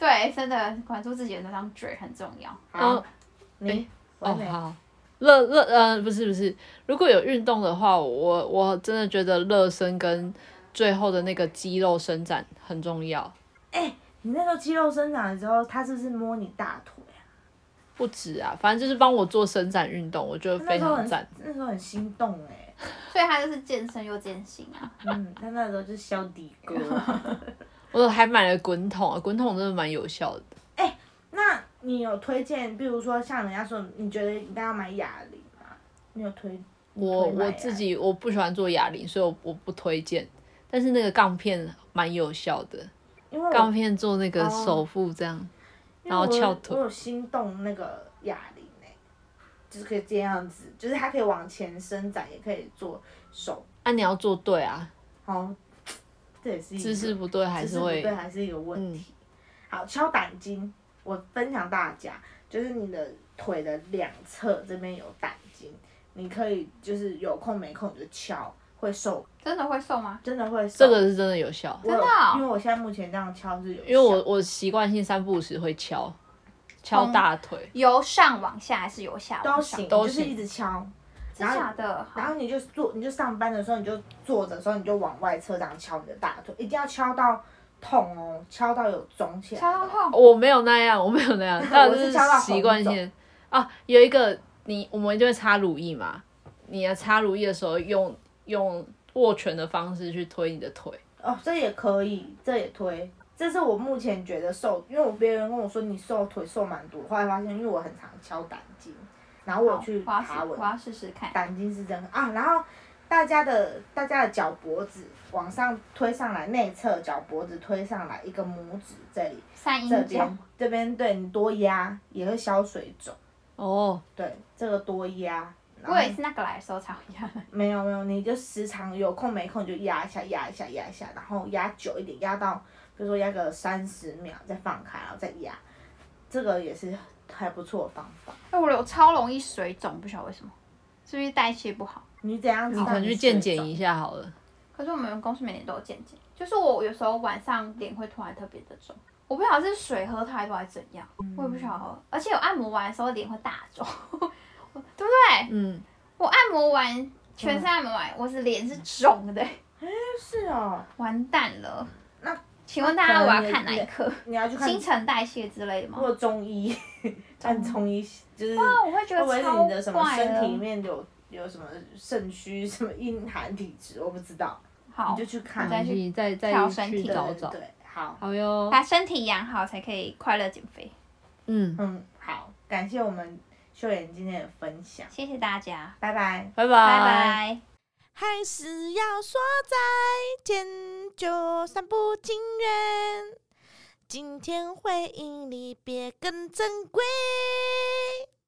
对，真的管住自己的那张嘴很重要。 好，你好。不是，如果有运动的话，我真的觉得热身跟最后的那个肌肉伸展很重要。 你那时候肌肉伸展的时候，他是不是摸你大腿啊？ 不止啊，反正就是帮我做伸展运动，我觉得非常赞。 那时候很心动所以他就是健身又健心啊。 他那时候就是小底哥。 我还买了滚筒，滚筒真的蛮有效的。 那你有推荐，比如说像人家说，你觉得应该要买哑铃吗？你有推？ 我自己我不喜欢做哑铃，所以我不推荐。但是那个杠片蛮有效的，杠片做那个手腹这样，然后翘腿。 我有心动那个哑铃就是可以这样子，就是它可以往前伸展，也可以做手。 你要做对啊。 好，这也是姿势不对还是会。 姿势不对还是一个问题。好，敲胆经。我分享大家，就是你的腿的两侧这边有胆经，你可以就是有空没空你就敲，会瘦。 真的会瘦吗？ 真的会瘦。 这个是真的有效。 真的因为我现在目前这样敲是有效。 因为我习惯性3不5时会敲大腿。 由上往下还是由下往上？ 都行，就是一直敲。 真假的？ 然后你就上班的时候，你就坐着的时候，你就往外侧这样敲你的大腿，一定要敲到痛哦，敲到有肿起来。 敲到痛？ 我没有那样，但是习惯性啊。有一个我们就会擦乳液嘛，你要擦乳液的时候用握拳的方式去推你的腿。 这也可以，这也推。这是我目前觉得因为别人跟我说你腿瘦蛮多，后来发现因为我很常敲胆经，然后我去爬文， 我要试试看。 胆经是真的啊，然后大家的脚脖子往上推上来，内侧脚脖子推上来，一个拇指这里，这边对你多压也会消水肿。对，这个多压。 我也是那个来的时候才会压。 没有，你就时常有空没空就压一下，然后压久一点，压到比如说压个30秒，再放开，然后再压，这个也是还不错的方法。 我超容易水肿，不晓得为什么，是不是代谢不好？ 你怎样？ 你可能去健检一下好了。 可是我们公司每年都有健检，就是我有时候晚上脸会突然特别的肿，我不晓得是水喝太多还是怎样，我也不晓得。而且我按摩完的时候脸会大肿。对不对？我按摩完，全身按摩完，我是脸是肿的。 是哦。 完蛋了。 那请问大家我要看哪一科？ 你要去看新陈代谢之类的吗？ 或者中医，看中医就是哇，我会觉得超怪的。 会不会你的什么身体里面有什么肾虚、什么阴寒体质？我不知道。 好， 你就去看， 再调身体， 找找。 对，好。 好哟。 把身体养好才可以快乐减肥。 好，感谢我们秀妍今天的分享， 谢谢大家， 拜拜， 拜拜， 拜拜。 还是要说再见，就算不情愿，今天回忆离别更珍贵。